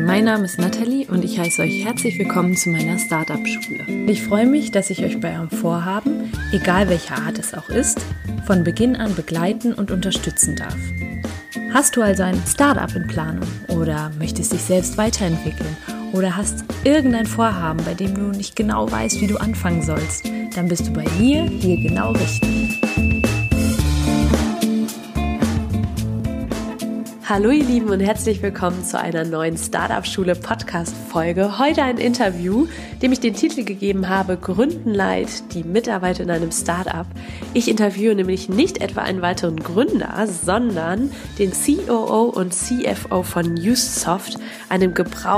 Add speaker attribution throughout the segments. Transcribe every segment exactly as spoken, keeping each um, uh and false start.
Speaker 1: Mein Name ist Nathalie und ich heiße euch herzlich willkommen zu meiner Startup-Schule. Ich freue mich, dass ich euch bei eurem Vorhaben, egal welcher Art es auch ist, von Beginn an begleiten und unterstützen darf. Hast du also ein Startup in Planung oder möchtest dich selbst weiterentwickeln oder hast irgendein Vorhaben, bei dem du nicht genau weißt, wie du anfangen sollst, dann bist du bei mir hier genau richtig. Hallo ihr Lieben und herzlich willkommen zu einer neuen Startup-Schule-Podcast-Folge. Heute ein Interview, dem ich den Titel gegeben habe, Gründen leid, die Mitarbeit in einem Startup. Ich interviewe nämlich nicht etwa einen weiteren Gründer, sondern den C O O und C F O von Usesoft, einem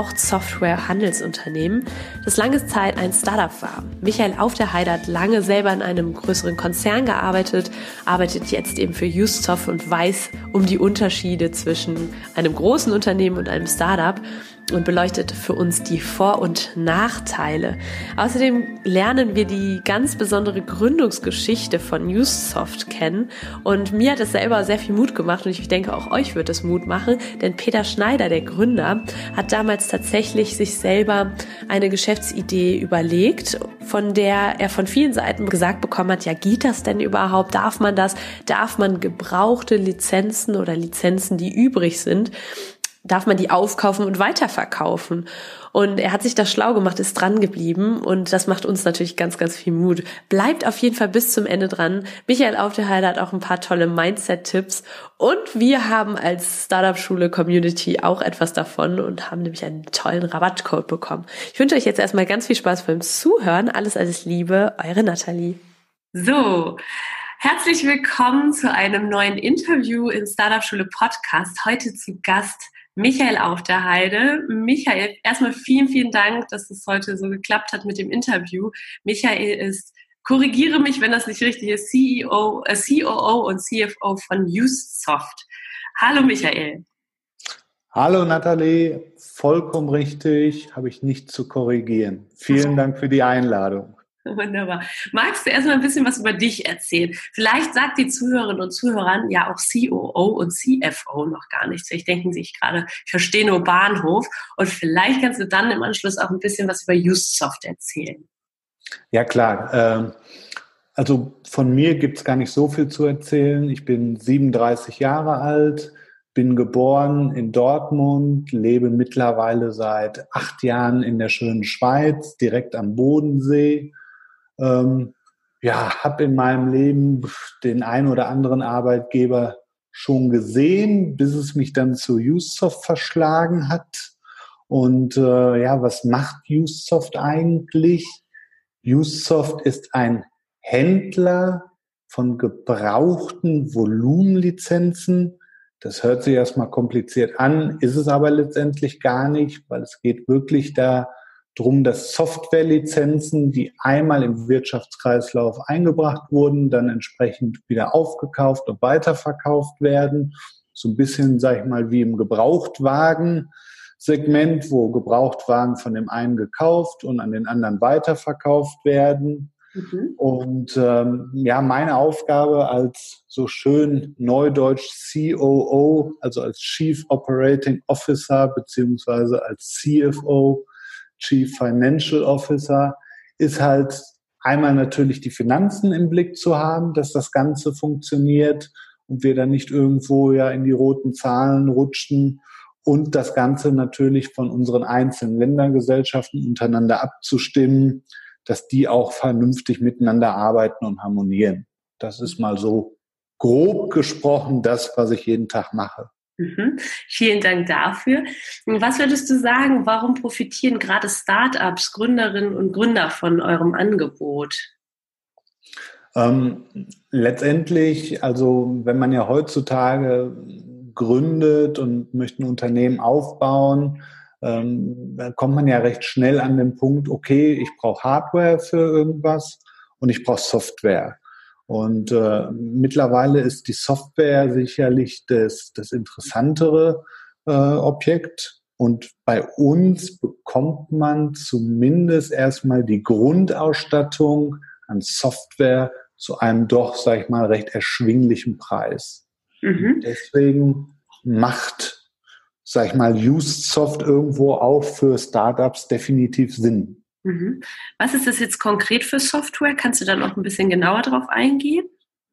Speaker 1: Gebrauchtsoftware-Handelsunternehmen, das lange Zeit ein Startup war. Michael Aufderheide hat lange selber in einem größeren Konzern gearbeitet, arbeitet jetzt eben für Usesoft und weiß um die Unterschiede zwischen einem großen Unternehmen und einem Startup und beleuchtet für uns die Vor- und Nachteile. Außerdem lernen wir die ganz besondere Gründungsgeschichte von Usesoft kennen und mir hat es selber sehr viel Mut gemacht und ich denke auch euch wird es Mut machen, denn Peter Schneider, der Gründer, hat damals tatsächlich sich selber eine Geschäftsidee überlegt, von der er von vielen Seiten gesagt bekommen hat, ja, geht das denn überhaupt? Darf man das? Darf man gebrauchte Lizenzen oder Lizenzen, die übrig sind, darf man die aufkaufen und weiterverkaufen? Und er hat sich das schlau gemacht, ist dran geblieben und das macht uns natürlich ganz, ganz viel Mut. Bleibt auf jeden Fall bis zum Ende dran. Michael Aufderheide hat auch ein paar tolle Mindset-Tipps und wir haben als Startup-Schule-Community auch etwas davon und haben nämlich einen tollen Rabattcode bekommen. Ich wünsche euch jetzt erstmal ganz viel Spaß beim Zuhören. Alles, alles Liebe, eure Nathalie. So, herzlich willkommen zu einem neuen Interview im Startup-Schule Podcast. Heute zu Gast Michael Aufderheide. Michael, erstmal vielen, vielen Dank, dass es heute so geklappt hat mit dem Interview. Michael ist, korrigiere mich, wenn das nicht richtig ist, C E O, äh, C O O und C F O von Usesoft. Hallo Michael.
Speaker 2: Hallo Nathalie, vollkommen richtig, habe ich nicht zu korrigieren. Vielen Dank für die Einladung.
Speaker 1: Wunderbar. Magst du erstmal ein bisschen was über dich erzählen? Vielleicht sagt die Zuhörerinnen und Zuhörern ja auch C O O und C F O noch gar nichts. Vielleicht denken sich gerade, ich verstehe nur Bahnhof. Und vielleicht kannst du dann im Anschluss auch ein bisschen was über Usesoft erzählen.
Speaker 2: Ja klar, also von mir gibt es gar nicht so viel zu erzählen. Ich bin siebenunddreißig Jahre alt, bin geboren in Dortmund, lebe mittlerweile seit acht Jahren in der schönen Schweiz, direkt am Bodensee. Ähm, ja, habe in meinem Leben den ein oder anderen Arbeitgeber schon gesehen, bis es mich dann zu Usesoft verschlagen hat. Und äh, ja, was macht Usesoft eigentlich? Usesoft ist ein Händler von gebrauchten Volumenlizenzen. Das hört sich erstmal kompliziert an, ist es aber letztendlich gar nicht, weil es geht wirklich da drum, dass Softwarelizenzen, die einmal im Wirtschaftskreislauf eingebracht wurden, dann entsprechend wieder aufgekauft und weiterverkauft werden. So ein bisschen, sag ich mal, wie im Gebrauchtwagen-Segment, wo Gebrauchtwagen von dem einen gekauft und an den anderen weiterverkauft werden. Mhm. Und ähm, ja, meine Aufgabe als so schön neudeutsch C O O, also als Chief Operating Officer beziehungsweise als C F O, Chief Financial Officer, ist halt einmal natürlich die Finanzen im Blick zu haben, dass das Ganze funktioniert und wir dann nicht irgendwo ja in die roten Zahlen rutschen und das Ganze natürlich von unseren einzelnen Ländergesellschaften untereinander abzustimmen, dass die auch vernünftig miteinander arbeiten und harmonieren. Das ist mal so grob gesprochen das, was ich jeden Tag mache.
Speaker 1: Mhm. Vielen Dank dafür. Was würdest du sagen, warum profitieren gerade Startups, Gründerinnen und Gründer von eurem Angebot?
Speaker 2: Ähm, letztendlich, also wenn man ja heutzutage gründet und möchte ein Unternehmen aufbauen, ähm, da kommt man ja recht schnell an den Punkt, okay, ich brauche Hardware für irgendwas und ich brauche Software. Und äh, mittlerweile ist die Software sicherlich das, das interessantere äh, Objekt. Und bei uns bekommt man zumindest erstmal die Grundausstattung an Software zu einem doch, sag ich mal, recht erschwinglichen Preis. Mhm. Deswegen macht sag ich mal, UseSoft irgendwo auch für Startups definitiv Sinn.
Speaker 1: Mhm. Was ist das jetzt konkret für Software? Kannst du da noch ein bisschen genauer drauf eingehen?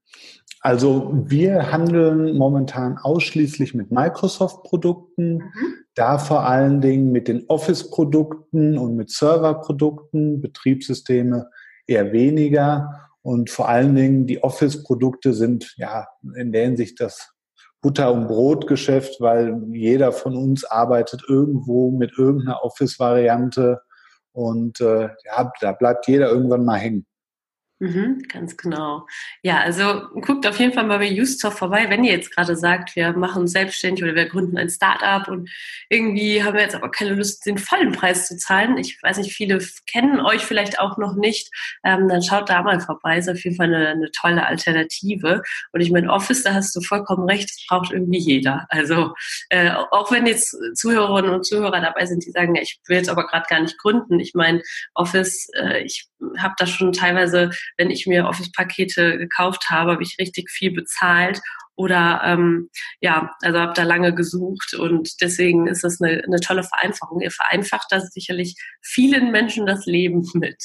Speaker 2: Also wir handeln momentan ausschließlich mit Microsoft-Produkten, mhm. da vor allen Dingen mit den Office-Produkten und mit Server-Produkten, Betriebssysteme eher weniger. Und vor allen Dingen die Office-Produkte sind ja in der Hinsicht das Butter- und Brotgeschäft, weil jeder von uns arbeitet irgendwo mit irgendeiner Office-Variante und äh, ja, da bleibt jeder irgendwann mal hängen.
Speaker 1: Mhm, ganz genau. Ja, also guckt auf jeden Fall mal bei UseSoft vorbei, wenn ihr jetzt gerade sagt, wir machen uns selbstständig oder wir gründen ein Startup und irgendwie haben wir jetzt aber keine Lust, den vollen Preis zu zahlen. Ich weiß nicht, viele kennen euch vielleicht auch noch nicht. Ähm, dann schaut da mal vorbei. Ist auf jeden Fall eine, eine tolle Alternative. Und ich meine, Office, da hast du vollkommen recht, das braucht irgendwie jeder. Also äh, auch wenn jetzt Zuhörerinnen und Zuhörer dabei sind, die sagen, ja, ich will jetzt aber gerade gar nicht gründen. Ich meine, Office, äh, ich habe da schon teilweise, wenn ich mir Office-Pakete gekauft habe, habe ich richtig viel bezahlt oder ähm, ja, also habe da lange gesucht und deswegen ist das eine, eine tolle Vereinfachung. Ihr vereinfacht da sicherlich vielen Menschen das Leben mit.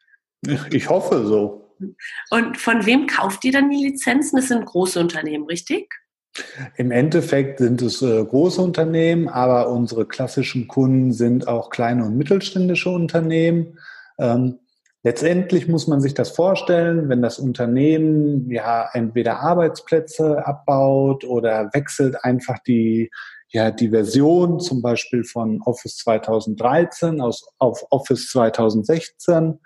Speaker 2: Ich hoffe so.
Speaker 1: Und von wem kauft ihr dann die Lizenzen? Das sind große Unternehmen, richtig?
Speaker 2: Im Endeffekt sind es äh, große Unternehmen, aber unsere klassischen Kunden sind auch kleine und mittelständische Unternehmen. Ähm, Letztendlich muss man sich das vorstellen, wenn das Unternehmen ja entweder Arbeitsplätze abbaut oder wechselt einfach die, ja, die Version zum Beispiel von Office zweitausenddreizehn aus, auf Office zweitausendsechzehn,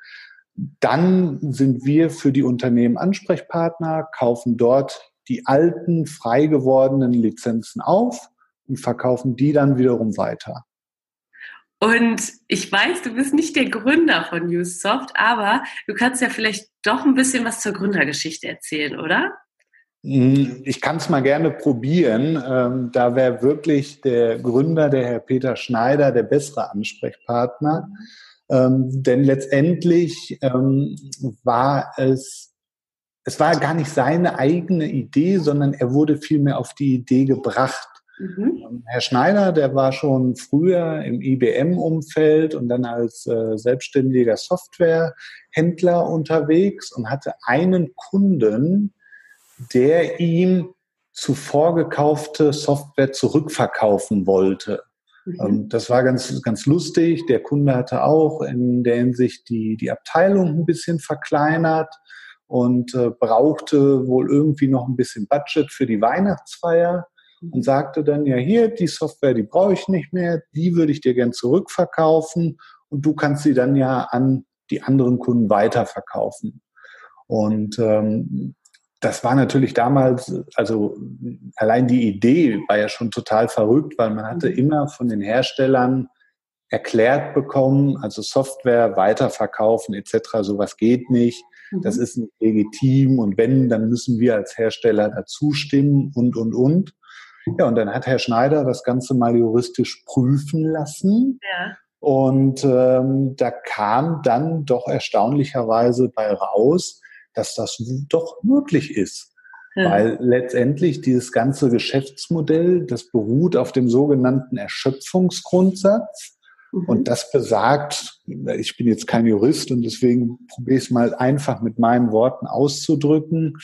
Speaker 2: dann sind wir für die Unternehmen Ansprechpartner, kaufen dort die alten, frei gewordenen Lizenzen auf und verkaufen die dann wiederum weiter.
Speaker 1: Und ich weiß, du bist nicht der Gründer von UseSoft, aber du kannst ja vielleicht doch ein bisschen was zur Gründergeschichte erzählen, oder?
Speaker 2: Ich kann es mal gerne probieren. Ähm, da wäre wirklich der Gründer, der Herr Peter Schneider, der bessere Ansprechpartner. Ähm, denn letztendlich ähm, war es, es war gar nicht seine eigene Idee, sondern er wurde vielmehr auf die Idee gebracht. Mhm. Herr Schneider, der war schon früher im I B M-Umfeld und dann als äh, selbstständiger Softwarehändler unterwegs und hatte einen Kunden, der ihm zuvor gekaufte Software zurückverkaufen wollte. Mhm. Das war ganz, ganz lustig. Der Kunde hatte auch in der Hinsicht die, die Abteilung ein bisschen verkleinert und äh, brauchte wohl irgendwie noch ein bisschen Budget für die Weihnachtsfeier. Und sagte dann, ja hier, die Software, die brauche ich nicht mehr, die würde ich dir gern zurückverkaufen und du kannst sie dann ja an die anderen Kunden weiterverkaufen. Und ähm, das war natürlich damals, also allein die Idee war ja schon total verrückt, weil man hatte immer von den Herstellern erklärt bekommen, also Software weiterverkaufen et cetera, sowas geht nicht, das ist nicht legitim und wenn, dann müssen wir als Hersteller dazu stimmen und, und, und. Ja, und dann hat Herr Schneider das Ganze mal juristisch prüfen lassen. Ja. Und ähm, da kam dann doch erstaunlicherweise bei raus, dass das doch möglich ist. Ja. Weil letztendlich dieses ganze Geschäftsmodell, das beruht auf dem sogenannten Erschöpfungsgrundsatz. Mhm. Und das besagt, ich bin jetzt kein Jurist und deswegen probiere ich es mal einfach mit meinen Worten auszudrücken,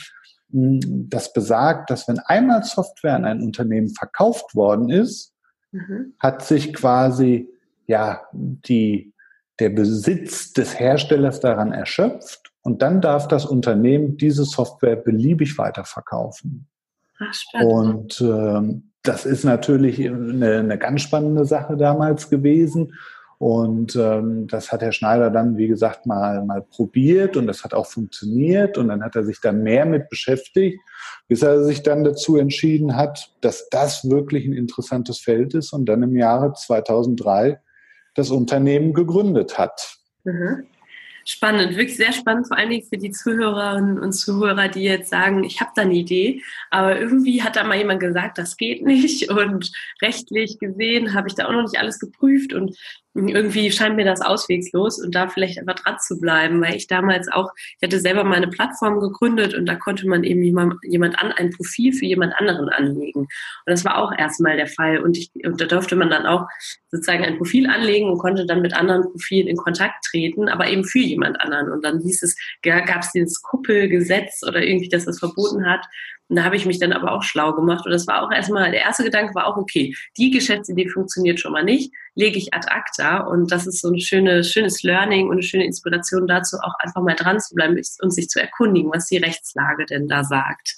Speaker 2: das besagt, dass wenn einmal Software an ein Unternehmen verkauft worden ist, mhm. hat sich quasi ja die, der Besitz des Herstellers daran erschöpft und dann darf das Unternehmen diese Software beliebig weiterverkaufen. Ach, spannend. Und ähm, das ist natürlich eine, eine ganz spannende Sache damals gewesen. Und ähm, das hat Herr Schneider dann, wie gesagt, mal, mal probiert und das hat auch funktioniert. Und dann hat er sich da mehr mit beschäftigt, bis er sich dann dazu entschieden hat, dass das wirklich ein interessantes Feld ist und dann im Jahre zweitausenddrei das Unternehmen gegründet hat.
Speaker 1: Mhm. Spannend, wirklich sehr spannend, vor allen Dingen für die Zuhörerinnen und Zuhörer, die jetzt sagen, ich habe da eine Idee, aber irgendwie hat da mal jemand gesagt, das geht nicht und rechtlich gesehen habe ich da auch noch nicht alles geprüft und Irgendwie scheint mir das auswegslos und da vielleicht einfach dran zu bleiben, weil ich damals auch, ich hatte selber mal eine Plattform gegründet und da konnte man eben jemand, jemand an, ein Profil für jemand anderen anlegen. Und das war auch erstmal der Fall und, ich, und da durfte man dann auch sozusagen ein Profil anlegen und konnte dann mit anderen Profilen in Kontakt treten, aber eben für jemand anderen. Und dann hieß es, gab es dieses Kuppelgesetz oder irgendwie, das das verboten hat. Und da habe ich mich dann aber auch schlau gemacht und das war auch erstmal, der erste Gedanke war auch, okay, die Geschäftsidee funktioniert schon mal nicht, lege ich ad acta und das ist so ein schönes, schönes Learning und eine schöne Inspiration dazu, auch einfach mal dran zu bleiben und sich zu erkundigen, was die Rechtslage denn da sagt.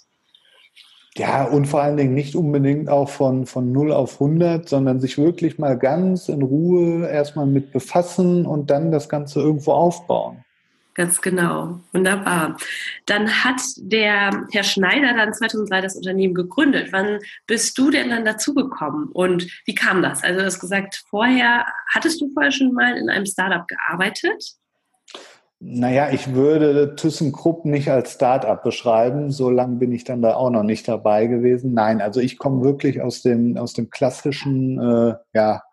Speaker 2: Ja, und vor allen Dingen nicht unbedingt auch von, von null auf hundert, sondern sich wirklich mal ganz in Ruhe erstmal mit befassen und dann das Ganze irgendwo aufbauen.
Speaker 1: Ganz genau, wunderbar. Dann hat der Herr Schneider dann zweitausenddrei das Unternehmen gegründet. Wann bist du denn dann dazugekommen und wie kam das? Also du hast gesagt, vorher, hattest du vorher schon mal in einem Startup gearbeitet?
Speaker 2: Naja, ich würde ThyssenKrupp nicht als Start-up beschreiben. So lange bin ich dann da auch noch nicht dabei gewesen. Nein, also ich komme wirklich aus dem, aus dem klassischen äh, ja,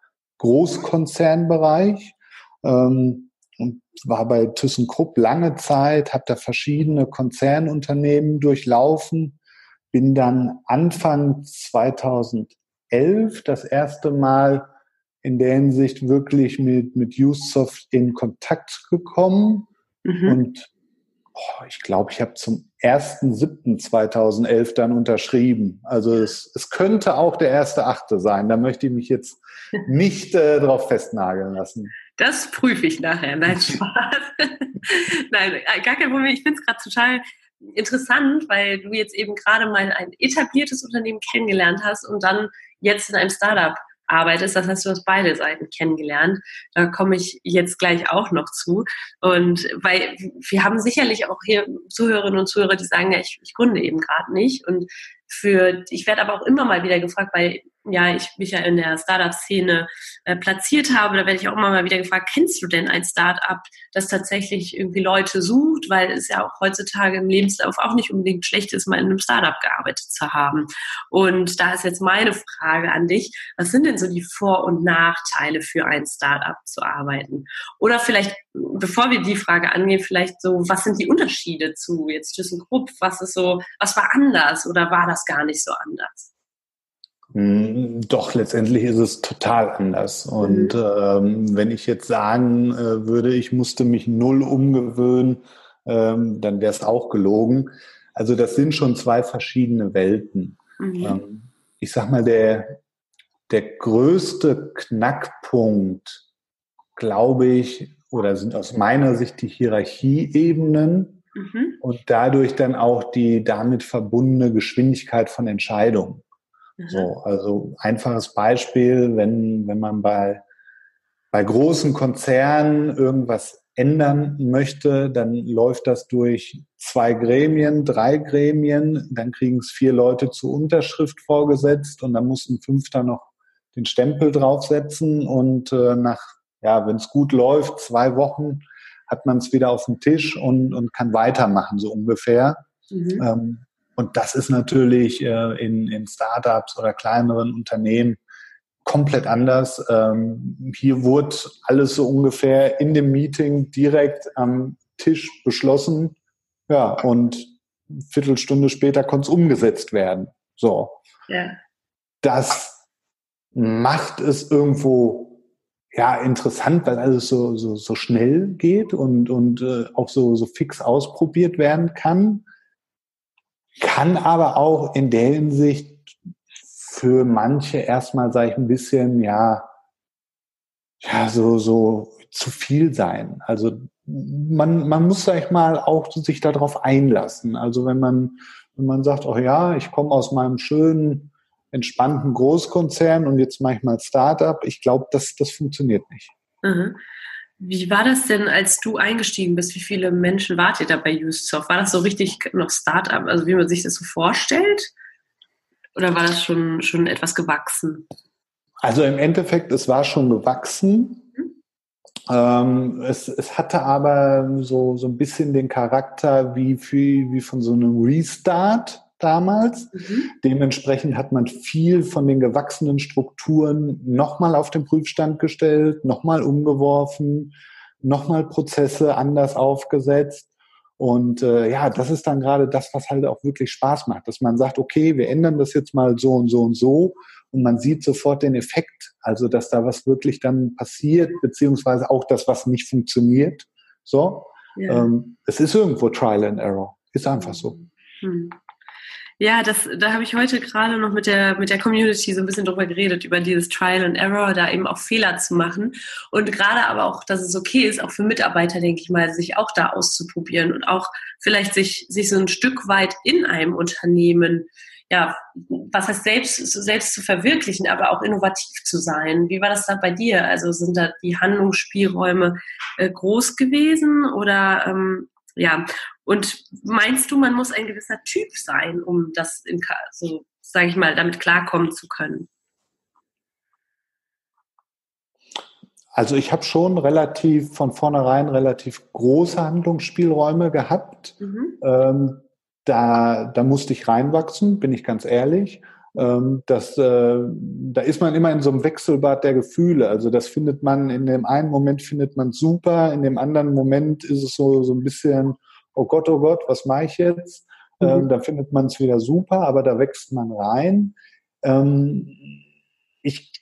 Speaker 2: Großkonzernbereich ähm, und war bei ThyssenKrupp lange Zeit, habe da verschiedene Konzernunternehmen durchlaufen, bin dann Anfang zweitausendelf das erste Mal in der Hinsicht wirklich mit, mit UseSoft in Kontakt gekommen. Mhm. Und oh, ich glaube, ich habe zum ersten siebten zweitausendelf dann unterschrieben. Also es, es könnte auch der erste achte sein. Da möchte ich mich jetzt nicht äh, drauf festnageln lassen.
Speaker 1: Das prüfe ich nachher. Nein, Spaß. Nein, gar kein Problem. Ich finde es gerade total interessant, weil du jetzt eben gerade mal ein etabliertes Unternehmen kennengelernt hast und dann jetzt in einem Startup arbeitest. Das heißt, du hast beide Seiten kennengelernt. Da komme ich jetzt gleich auch noch zu. Und weil wir haben sicherlich auch hier Zuhörerinnen und Zuhörer, die sagen, ja, ich, ich gründe eben gerade nicht. Und für, ich werde aber auch immer mal wieder gefragt, weil ja, ich mich ja in der Startup-Szene äh, platziert habe, da werde ich auch immer mal wieder gefragt, kennst du denn ein Startup, das tatsächlich irgendwie Leute sucht, weil es ja auch heutzutage im Lebenslauf auch nicht unbedingt schlecht ist, mal in einem Startup gearbeitet zu haben. Und da ist jetzt meine Frage an dich, was sind denn so die Vor- und Nachteile für ein Startup zu arbeiten? Oder vielleicht, bevor wir die Frage angehen, vielleicht so, was sind die Unterschiede zu jetzt ThyssenKrupp? Was ist so, was war anders oder war das gar nicht so anders?
Speaker 2: Doch, letztendlich ist es total anders. Und mhm. ähm, wenn ich jetzt sagen äh, würde, ich musste mich null umgewöhnen, ähm, dann wäre es auch gelogen. Also das sind schon zwei verschiedene Welten. Mhm. Ähm, ich sag mal, der, der größte Knackpunkt, glaube ich, oder sind aus meiner Sicht die Hierarchieebenen mhm. und dadurch dann auch die damit verbundene Geschwindigkeit von Entscheidungen. So, also einfaches Beispiel, wenn, wenn man bei, bei großen Konzernen irgendwas ändern möchte, dann läuft das durch zwei Gremien, drei Gremien, dann kriegen es vier Leute zur Unterschrift vorgesetzt und dann muss ein Fünfter noch den Stempel draufsetzen und äh, nach, ja, wenn es gut läuft, zwei Wochen hat man es wieder auf dem Tisch und, und kann weitermachen, so ungefähr. Mhm. Ähm, Und das ist natürlich äh, in, in Startups oder kleineren Unternehmen komplett anders. Ähm, hier wurde alles so ungefähr in dem Meeting direkt am Tisch beschlossen. Ja, und eine Viertelstunde später konnte es umgesetzt werden. So. Ja. Das macht es irgendwo ja interessant, weil alles so, so, so schnell geht und, und äh, auch so, so fix ausprobiert werden kann. Kann aber auch in der Hinsicht für manche erstmal, sage ich, ein bisschen, ja, ja, so, so zu viel sein. Also man, man muss, sag ich mal, auch sich darauf einlassen. Also wenn man, wenn man sagt, oh ja, ich komme aus meinem schönen, entspannten Großkonzern und jetzt mache ich mal Startup, ich glaube, das, das funktioniert nicht.
Speaker 1: Mhm. Wie war das denn, als du eingestiegen bist? Wie viele Menschen wart ihr da bei UseSoft? War das so richtig noch Startup, also wie man sich das so vorstellt? Oder war das schon, schon etwas gewachsen?
Speaker 2: Also im Endeffekt, es war schon gewachsen. Mhm. Ähm, es, es hatte aber so, so ein bisschen den Charakter wie, für, wie von so einem Restart. damals.
Speaker 1: Mhm.
Speaker 2: Dementsprechend hat man viel von den gewachsenen Strukturen nochmal auf den Prüfstand gestellt, nochmal umgeworfen, nochmal Prozesse anders aufgesetzt. Und äh, ja, das ist dann gerade das, was halt auch wirklich Spaß macht, dass man sagt, okay, wir ändern das jetzt mal so und so und so und man sieht sofort den Effekt, also dass da was wirklich dann passiert, beziehungsweise auch das, was nicht funktioniert. So,
Speaker 1: Ja.
Speaker 2: ähm, es ist irgendwo Trial and Error, ist einfach so.
Speaker 1: Hm. Ja, das, da habe ich heute gerade noch mit der, mit der Community so ein bisschen drüber geredet, über dieses Trial and Error, da eben auch Fehler zu machen. Und gerade aber auch, dass es okay ist, auch für Mitarbeiter, denke ich mal, sich auch da auszuprobieren und auch vielleicht sich, sich so ein Stück weit in einem Unternehmen, ja, was heißt selbst, selbst zu verwirklichen, aber auch innovativ zu sein. Wie war das da bei dir? Also sind da die Handlungsspielräume äh, groß gewesen oder, ähm, ja, und meinst du, man muss ein gewisser Typ sein, um das, in, so sage ich mal, damit klarkommen zu können?
Speaker 2: Also ich habe schon relativ von vornherein relativ große Handlungsspielräume gehabt.
Speaker 1: Mhm.
Speaker 2: Ähm, da, da musste ich reinwachsen, bin ich ganz ehrlich. Ähm, das, äh, da ist man immer in so einem Wechselbad der Gefühle. Also das findet man, in dem einen Moment findet man super, in dem anderen Moment ist es so, so ein bisschen, oh Gott, oh Gott, was mache ich jetzt? Mhm. Ähm, da findet man es wieder super, aber da wächst man rein. Ähm, ich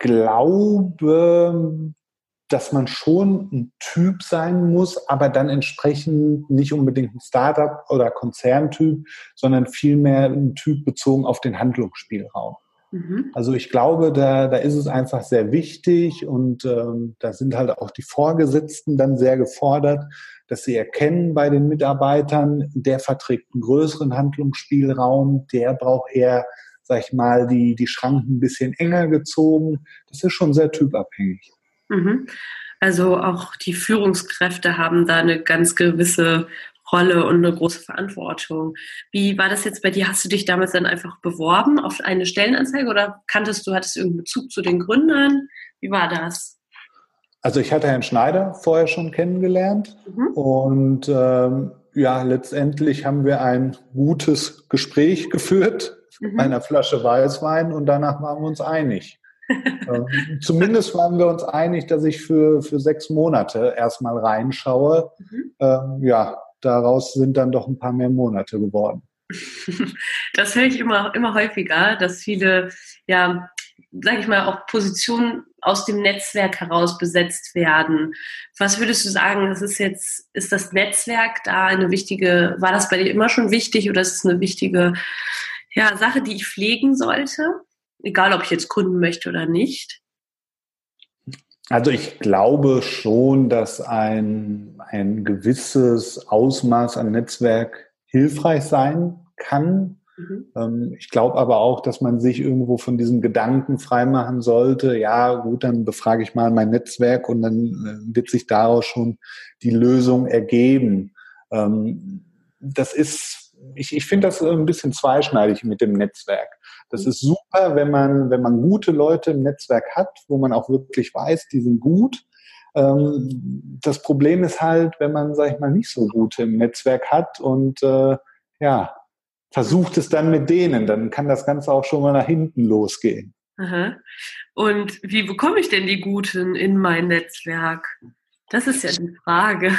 Speaker 2: glaube, dass man schon ein Typ sein muss, aber dann entsprechend nicht unbedingt ein Startup- oder Konzerntyp, sondern vielmehr ein Typ bezogen auf den Handlungsspielraum. Mhm. Also ich glaube, da, da ist es einfach sehr wichtig und ähm, da sind halt auch die Vorgesetzten dann sehr gefordert, dass sie erkennen bei den Mitarbeitern, der verträgt einen größeren Handlungsspielraum, der braucht eher, sag ich mal, die, die Schranken ein bisschen enger gezogen. Das ist schon sehr typabhängig.
Speaker 1: Mhm. Also auch die Führungskräfte haben da eine ganz gewisse Rolle und eine große Verantwortung. Wie war das jetzt bei dir? Hast du dich damals dann einfach beworben auf eine Stellenanzeige oder kanntest du, hattest du irgendeinen Bezug zu den Gründern? Wie war das?
Speaker 2: Also ich hatte Herrn Schneider vorher schon kennengelernt mhm. und ähm, ja, letztendlich haben wir ein gutes Gespräch geführt mhm. bei einer Flasche Weißwein und danach waren wir uns einig. ähm, zumindest waren wir uns einig, dass ich für, für sechs Monate erstmal reinschaue. Mhm. Ähm, ja, daraus sind dann doch ein paar mehr Monate geworden.
Speaker 1: Das höre ich immer, immer häufiger, dass viele, ja, sage ich mal, auch Positionen aus dem Netzwerk heraus besetzt werden. Was würdest du sagen, das ist jetzt, ist das Netzwerk da eine wichtige, war das bei dir immer schon wichtig oder ist es eine wichtige, ja, Sache, die ich pflegen sollte? Egal, ob ich jetzt gründen möchte oder nicht.
Speaker 2: Also ich glaube schon, dass ein, ein gewisses Ausmaß an Netzwerk hilfreich sein kann. Mhm. Ähm, ich glaube aber auch, dass man sich irgendwo von diesem Gedanken freimachen sollte, ja gut, dann befrage ich mal mein Netzwerk und dann wird sich daraus schon die Lösung ergeben. Ähm, das ist, ich, ich finde das ein bisschen zweischneidig mit dem Netzwerk. Das ist super, wenn man, wenn man gute Leute im Netzwerk hat, wo man auch wirklich weiß, die sind gut. Ähm, das Problem ist halt, wenn man, sag ich mal, nicht so gute im Netzwerk hat und äh, ja, versucht es dann mit denen, dann kann das Ganze auch schon mal nach hinten losgehen.
Speaker 1: Aha. Und wie bekomme ich denn die Guten in mein Netzwerk? Das ist ja die Frage.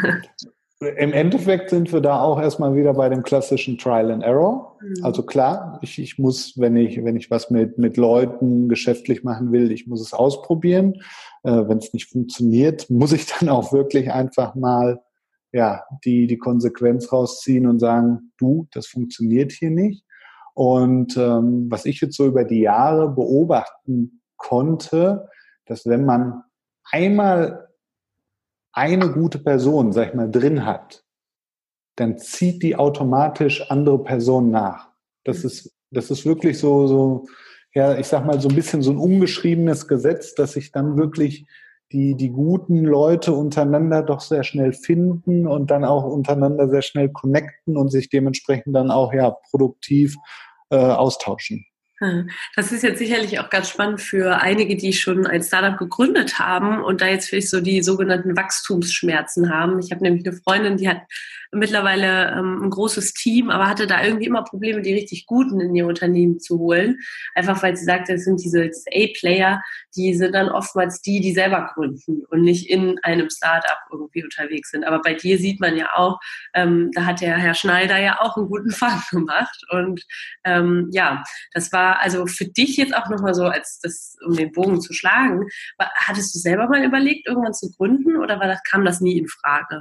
Speaker 2: Im Endeffekt sind wir da auch erstmal wieder bei dem klassischen Trial and Error. Mhm. Also klar, ich, ich muss, wenn ich, wenn ich was mit, mit Leuten geschäftlich machen will, ich muss es ausprobieren. Äh, wenn es nicht funktioniert, muss ich dann auch wirklich einfach mal, ja, die, die Konsequenz rausziehen und sagen, du, das funktioniert hier nicht. Und ähm, was ich jetzt so über die Jahre beobachten konnte, dass wenn man einmal eine gute Person, sag ich mal, drin hat, dann zieht die automatisch andere Personen nach. Das ist, das ist wirklich so, so, ja, ich sag mal, so ein bisschen so ein ungeschriebenes Gesetz, dass sich dann wirklich die, die guten Leute untereinander doch sehr schnell finden und dann auch untereinander sehr schnell connecten und sich dementsprechend dann auch, ja, produktiv äh, austauschen.
Speaker 1: Das ist jetzt sicherlich auch ganz spannend für einige, die schon ein Startup gegründet haben und da jetzt vielleicht so die sogenannten Wachstumsschmerzen haben. Ich habe nämlich eine Freundin, die hat mittlerweile ähm, ein großes Team, aber hatte da irgendwie immer Probleme, die richtig Guten in ihr Unternehmen zu holen. Einfach weil sie sagte, es sind diese, diese A-Player, die sind dann oftmals die, die selber gründen und nicht in einem Startup irgendwie unterwegs sind. Aber bei dir sieht man ja auch, ähm, da hat der Herr Schneider ja auch einen guten Fang gemacht. Und ähm, ja, das war also für dich jetzt auch nochmal so, als das, um den Bogen zu schlagen, war, hattest du selber mal überlegt, irgendwann zu gründen oder war das, kam das nie in Frage?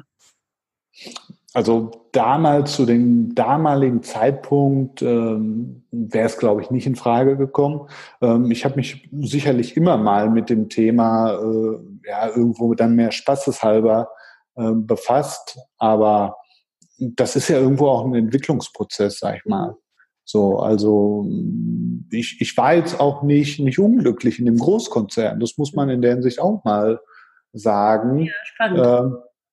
Speaker 2: Also damals, zu dem damaligen Zeitpunkt, ähm, wäre es, glaube ich, nicht in Frage gekommen. Ähm, ich habe mich sicherlich immer mal mit dem Thema äh, ja irgendwo dann mehr spaßeshalber äh, befasst, aber das ist ja irgendwo auch ein Entwicklungsprozess, sag ich mal. So, also ich, ich war jetzt auch nicht, nicht unglücklich in dem Großkonzern. Das muss man in der Hinsicht auch mal sagen.
Speaker 1: Ja, spannend.
Speaker 2: Ähm,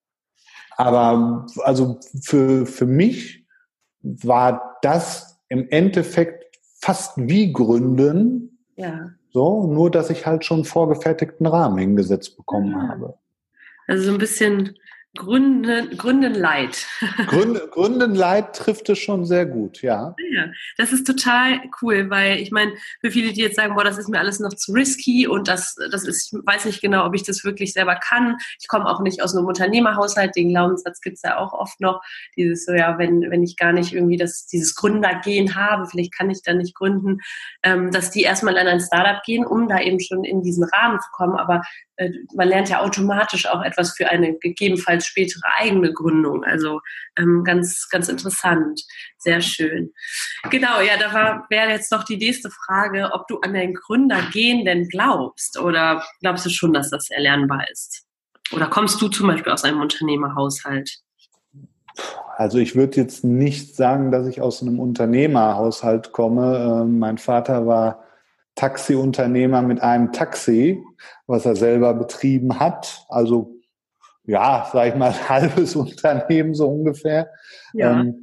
Speaker 2: aber also für, für mich war das im Endeffekt fast wie Gründen.
Speaker 1: Ja.
Speaker 2: So, nur dass ich halt schon einen vorgefertigten Rahmen hingesetzt bekommen
Speaker 1: Ah.
Speaker 2: habe.
Speaker 1: Also so ein bisschen Gründen, Gründen Light.
Speaker 2: Gründen, Gründen Leid trifft es schon sehr gut, ja.
Speaker 1: Ja, das ist total cool, weil ich meine, für viele, die jetzt sagen, boah, das ist mir alles noch zu risky und das, das ist, ich weiß nicht genau, ob ich das wirklich selber kann. Ich komme auch nicht aus einem Unternehmerhaushalt, den Glaubenssatz gibt's ja auch oft noch. Dieses so, ja, wenn, wenn ich gar nicht irgendwie das, dieses Gründergehen habe, vielleicht kann ich dann nicht gründen, ähm, dass die erstmal in ein Startup gehen, um da eben schon in diesen Rahmen zu kommen. Aber äh, man lernt ja automatisch auch etwas für eine gegebenenfalls spätere eigene Gründung. Also ähm, ganz, ganz interessant. Sehr schön. Genau, ja, da war, wäre jetzt noch die nächste Frage, ob du an dein Gründergehen denn glaubst oder glaubst du schon, dass das erlernbar ist? Oder kommst du zum Beispiel aus einem Unternehmerhaushalt?
Speaker 2: Also ich würde jetzt nicht sagen, dass ich aus einem Unternehmerhaushalt komme. Ähm, mein Vater war Taxiunternehmer mit einem Taxi, was er selber betrieben hat. Also ja, sag ich mal, ein halbes Unternehmen so ungefähr.
Speaker 1: Ja.
Speaker 2: Ähm,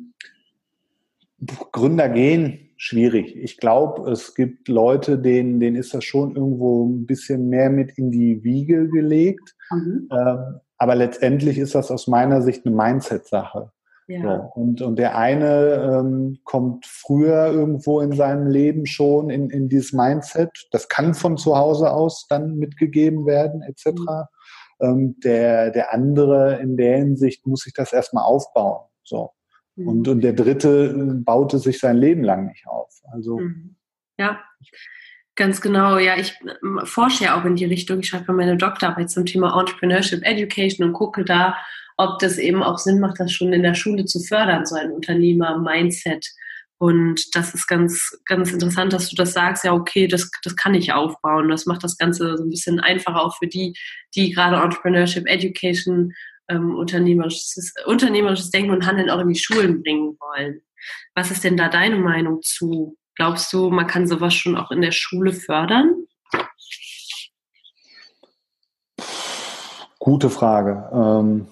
Speaker 2: Gründer gehen, schwierig. Ich glaube, es gibt Leute, denen, denen ist das schon irgendwo ein bisschen mehr mit in die Wiege gelegt.
Speaker 1: Mhm.
Speaker 2: Ähm, aber letztendlich ist das aus meiner Sicht eine Mindset-Sache.
Speaker 1: Ja.
Speaker 2: So, und, und der eine ähm, kommt früher irgendwo in seinem Leben schon in, in dieses Mindset. Das kann von zu Hause aus dann mitgegeben werden, et cetera. Mhm. Ähm, der, der andere in der Hinsicht muss sich das erstmal aufbauen. So. Mhm. Und, und der dritte baute sich sein Leben lang nicht auf. Also
Speaker 1: mhm. Ja. Ganz genau, ja, ich äh, forsche ja auch in die Richtung. Ich schreibe meine Doktorarbeit zum Thema Entrepreneurship Education und gucke da, ob das eben auch Sinn macht, das schon in der Schule zu fördern, so ein Unternehmer-Mindset. Und das ist ganz, ganz interessant, dass du das sagst, ja, okay, das, das kann ich aufbauen. Das macht das Ganze so ein bisschen einfacher auch für die, die gerade Entrepreneurship Education, ähm, unternehmerisches, unternehmerisches Denken und Handeln auch in die Schulen bringen wollen. Was ist denn da deine Meinung zu? Glaubst du, man kann sowas schon auch in der Schule fördern?
Speaker 2: Gute Frage. Ähm,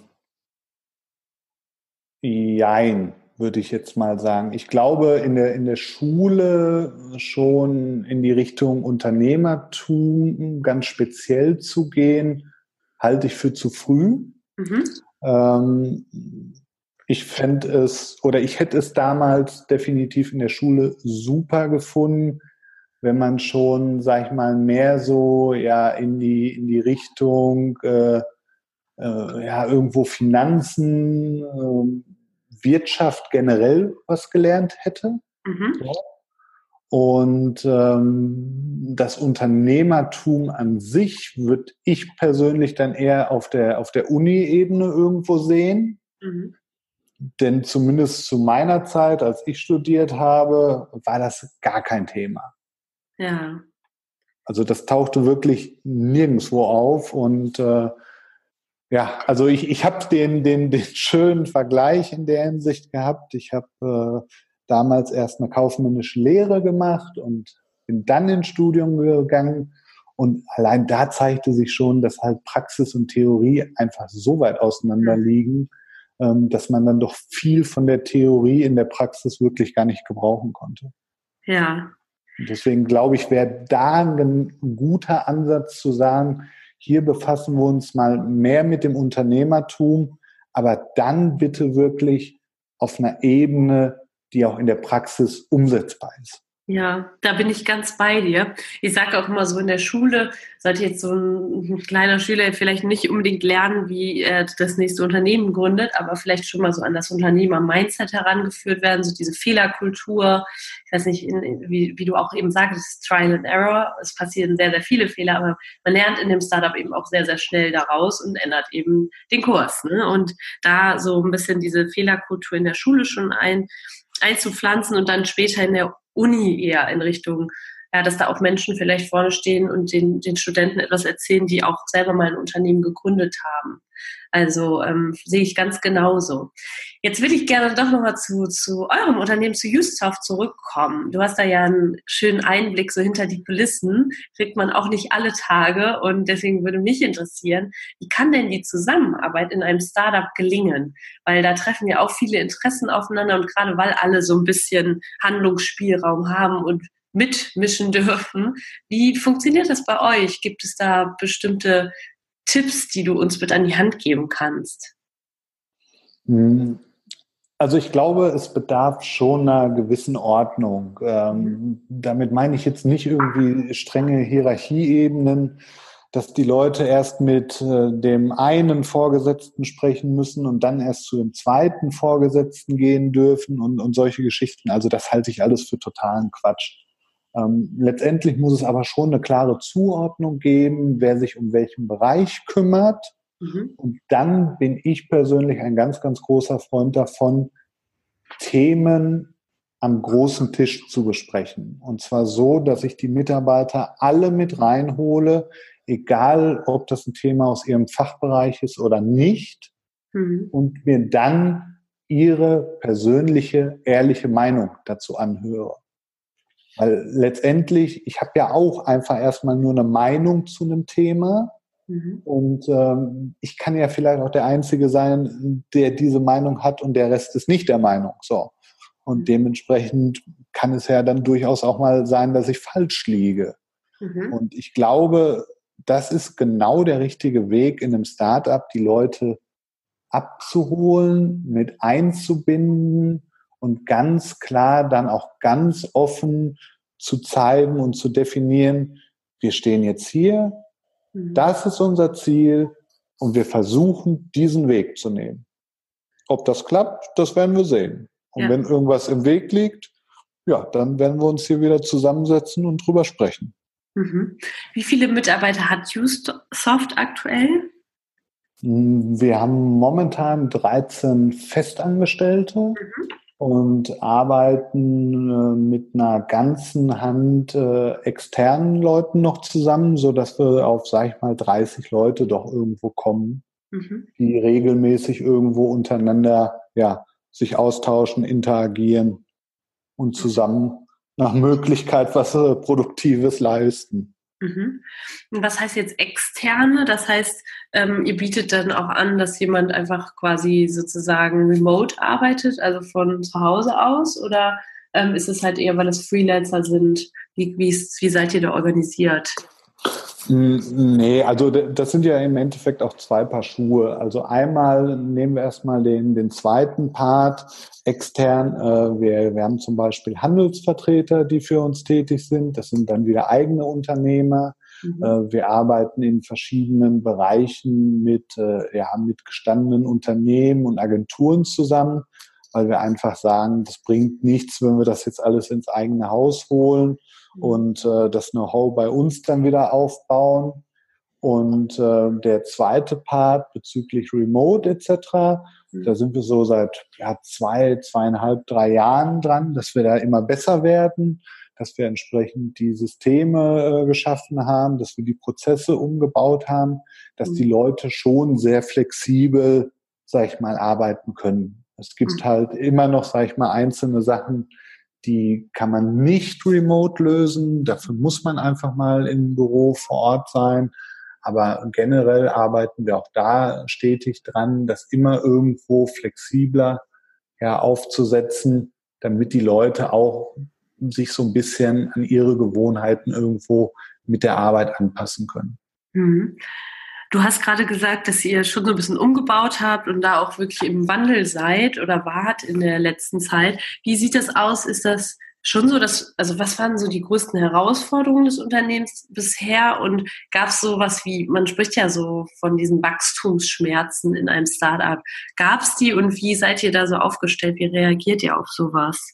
Speaker 2: jein, würde ich jetzt mal sagen. Ich glaube, in der, in der Schule schon in die Richtung Unternehmertum ganz speziell zu gehen, halte ich für zu früh. Mhm. Ähm, ich fände es, oder ich hätte es damals definitiv in der Schule super gefunden, wenn man schon, sag ich mal, mehr so ja in die in die Richtung äh, äh, ja irgendwo Finanzen, äh, Wirtschaft generell was gelernt hätte. Mhm. Ja. Und ähm, das Unternehmertum an sich würde ich persönlich dann eher auf der auf der Uni-Ebene irgendwo sehen. Mhm. Denn zumindest zu meiner Zeit, als ich studiert habe, war das gar kein Thema.
Speaker 1: Ja.
Speaker 2: Also das tauchte wirklich nirgendwo auf und äh, ja, also ich, ich habe den, den, den schönen Vergleich in der Hinsicht gehabt. Ich habe äh, damals erst eine kaufmännische Lehre gemacht und bin dann ins Studium gegangen und allein da zeigte sich schon, dass halt Praxis und Theorie einfach so weit auseinander liegen, ähm, dass man dann doch viel von der Theorie in der Praxis wirklich gar nicht gebrauchen konnte.
Speaker 1: Ja.
Speaker 2: Deswegen glaube ich, wäre da ein guter Ansatz zu sagen, hier befassen wir uns mal mehr mit dem Unternehmertum, aber dann bitte wirklich auf einer Ebene, die auch in der Praxis umsetzbar ist.
Speaker 1: Ja, da bin ich ganz bei dir. Ich sage auch immer so, in der Schule sollte jetzt so ein kleiner Schüler vielleicht nicht unbedingt lernen, wie er das nächste Unternehmen gründet, aber vielleicht schon mal so an das Unternehmer-Mindset herangeführt werden, so diese Fehlerkultur. Ich weiß nicht, in, wie, wie du auch eben sagst, Trial and Error. Es passieren sehr, sehr viele Fehler, aber man lernt in dem Startup eben auch sehr, sehr schnell daraus und ändert eben den Kurs. Ne? Und da so ein bisschen diese Fehlerkultur in der Schule schon ein, einzupflanzen und dann später in der Uni eher in Richtung, ja, dass da auch Menschen vielleicht vorne stehen und den, den Studenten etwas erzählen, die auch selber mal ein Unternehmen gegründet haben. Also ähm, sehe ich ganz genauso. Jetzt würde ich gerne doch nochmal zu, zu eurem Unternehmen, zu Usesoft zurückkommen. Du hast da ja einen schönen Einblick so hinter die Kulissen, kriegt man auch nicht alle Tage und deswegen würde mich interessieren, wie kann denn die Zusammenarbeit in einem Startup gelingen? Weil da treffen ja auch viele Interessen aufeinander und gerade weil alle so ein bisschen Handlungsspielraum haben und mitmischen dürfen. Wie funktioniert das bei euch? Gibt es da bestimmte Tipps, die du uns mit an die Hand geben kannst?
Speaker 2: Also ich glaube, es bedarf schon einer gewissen Ordnung. Ähm, damit meine ich jetzt nicht irgendwie strenge Hierarchieebenen, dass die Leute erst mit äh, dem einen Vorgesetzten sprechen müssen und dann erst zu dem zweiten Vorgesetzten gehen dürfen und, und solche Geschichten. Also das halte ich alles für totalen Quatsch. Ähm, letztendlich muss es aber schon eine klare Zuordnung geben, wer sich um welchen Bereich kümmert. Mhm. Und dann bin ich persönlich ein ganz, ganz großer Freund davon, Themen am großen Tisch zu besprechen. Und zwar so, dass ich die Mitarbeiter alle mit reinhole, egal ob das ein Thema aus ihrem Fachbereich ist oder nicht, mhm. und mir dann ihre persönliche, ehrliche Meinung dazu anhöre. Weil letztendlich, ich habe ja auch einfach erstmal nur eine Meinung zu einem Thema, mhm. und ähm, ich kann ja vielleicht auch der Einzige sein, der diese Meinung hat und der Rest ist nicht der Meinung. So. Und mhm. dementsprechend kann es ja dann durchaus auch mal sein, dass ich falsch liege. Mhm. Und ich glaube, das ist genau der richtige Weg in einem Startup, die Leute abzuholen, mit einzubinden und ganz klar dann auch ganz offen zu zeigen und zu definieren, wir stehen jetzt hier, mhm. das ist unser Ziel und wir versuchen, diesen Weg zu nehmen. Ob das klappt, das werden wir sehen. Und ja. wenn irgendwas im Weg liegt, ja, dann werden wir uns hier wieder zusammensetzen und drüber sprechen.
Speaker 1: Mhm. Wie viele Mitarbeiter hat Usesoft aktuell?
Speaker 2: Wir haben momentan dreizehn Festangestellte mhm. und arbeiten äh, mit einer ganzen Hand äh, externen Leuten noch zusammen, sodass wir auf, sag ich mal, dreißig Leute doch irgendwo kommen, mhm. die regelmäßig irgendwo untereinander ja, sich austauschen, interagieren und zusammen nach Möglichkeit was äh, Produktives leisten.
Speaker 1: Mhm. Und was heißt jetzt externe? Das heißt, ähm, ihr bietet dann auch an, dass jemand einfach quasi sozusagen remote arbeitet, also von zu Hause aus? Oder ähm, ist es halt eher, weil es Freelancer sind? Wie, wie, ist, wie seid ihr da organisiert?
Speaker 2: Nee, also das sind ja im Endeffekt auch zwei Paar Schuhe. Also einmal nehmen wir erstmal den, den zweiten Part extern. Wir, wir haben zum Beispiel Handelsvertreter, die für uns tätig sind. Das sind dann wieder eigene Unternehmer. Mhm. Wir arbeiten in verschiedenen Bereichen mit, ja, mit gestandenen Unternehmen und Agenturen zusammen, weil wir einfach sagen, das bringt nichts, wenn wir das jetzt alles ins eigene Haus holen und äh, das Know-how bei uns dann wieder aufbauen. Und äh, der zweite Part bezüglich Remote et cetera, mhm. da sind wir so seit ja, zwei, zweieinhalb, drei Jahren dran, dass wir da immer besser werden, dass wir entsprechend die Systeme äh, geschaffen haben, dass wir die Prozesse umgebaut haben, dass mhm. die Leute schon sehr flexibel, sag ich mal, arbeiten können. Es gibt mhm. halt immer noch, sag ich mal, einzelne Sachen, die kann man nicht remote lösen. Dafür muss man einfach mal im Büro vor Ort sein. Aber generell arbeiten wir auch da stetig dran, das immer irgendwo flexibler ja, aufzusetzen, damit die Leute auch sich so ein bisschen an ihre Gewohnheiten irgendwo mit der Arbeit anpassen können.
Speaker 1: Mhm. Du hast gerade gesagt, dass ihr schon so ein bisschen umgebaut habt und da auch wirklich im Wandel seid oder wart in der letzten Zeit. Wie sieht das aus? Ist das schon so, dass, also was waren so die größten Herausforderungen des Unternehmens bisher? Und gab es sowas wie, man spricht ja so von diesen Wachstumsschmerzen in einem Startup. Gab es die und wie seid ihr da so aufgestellt? Wie reagiert ihr auf sowas?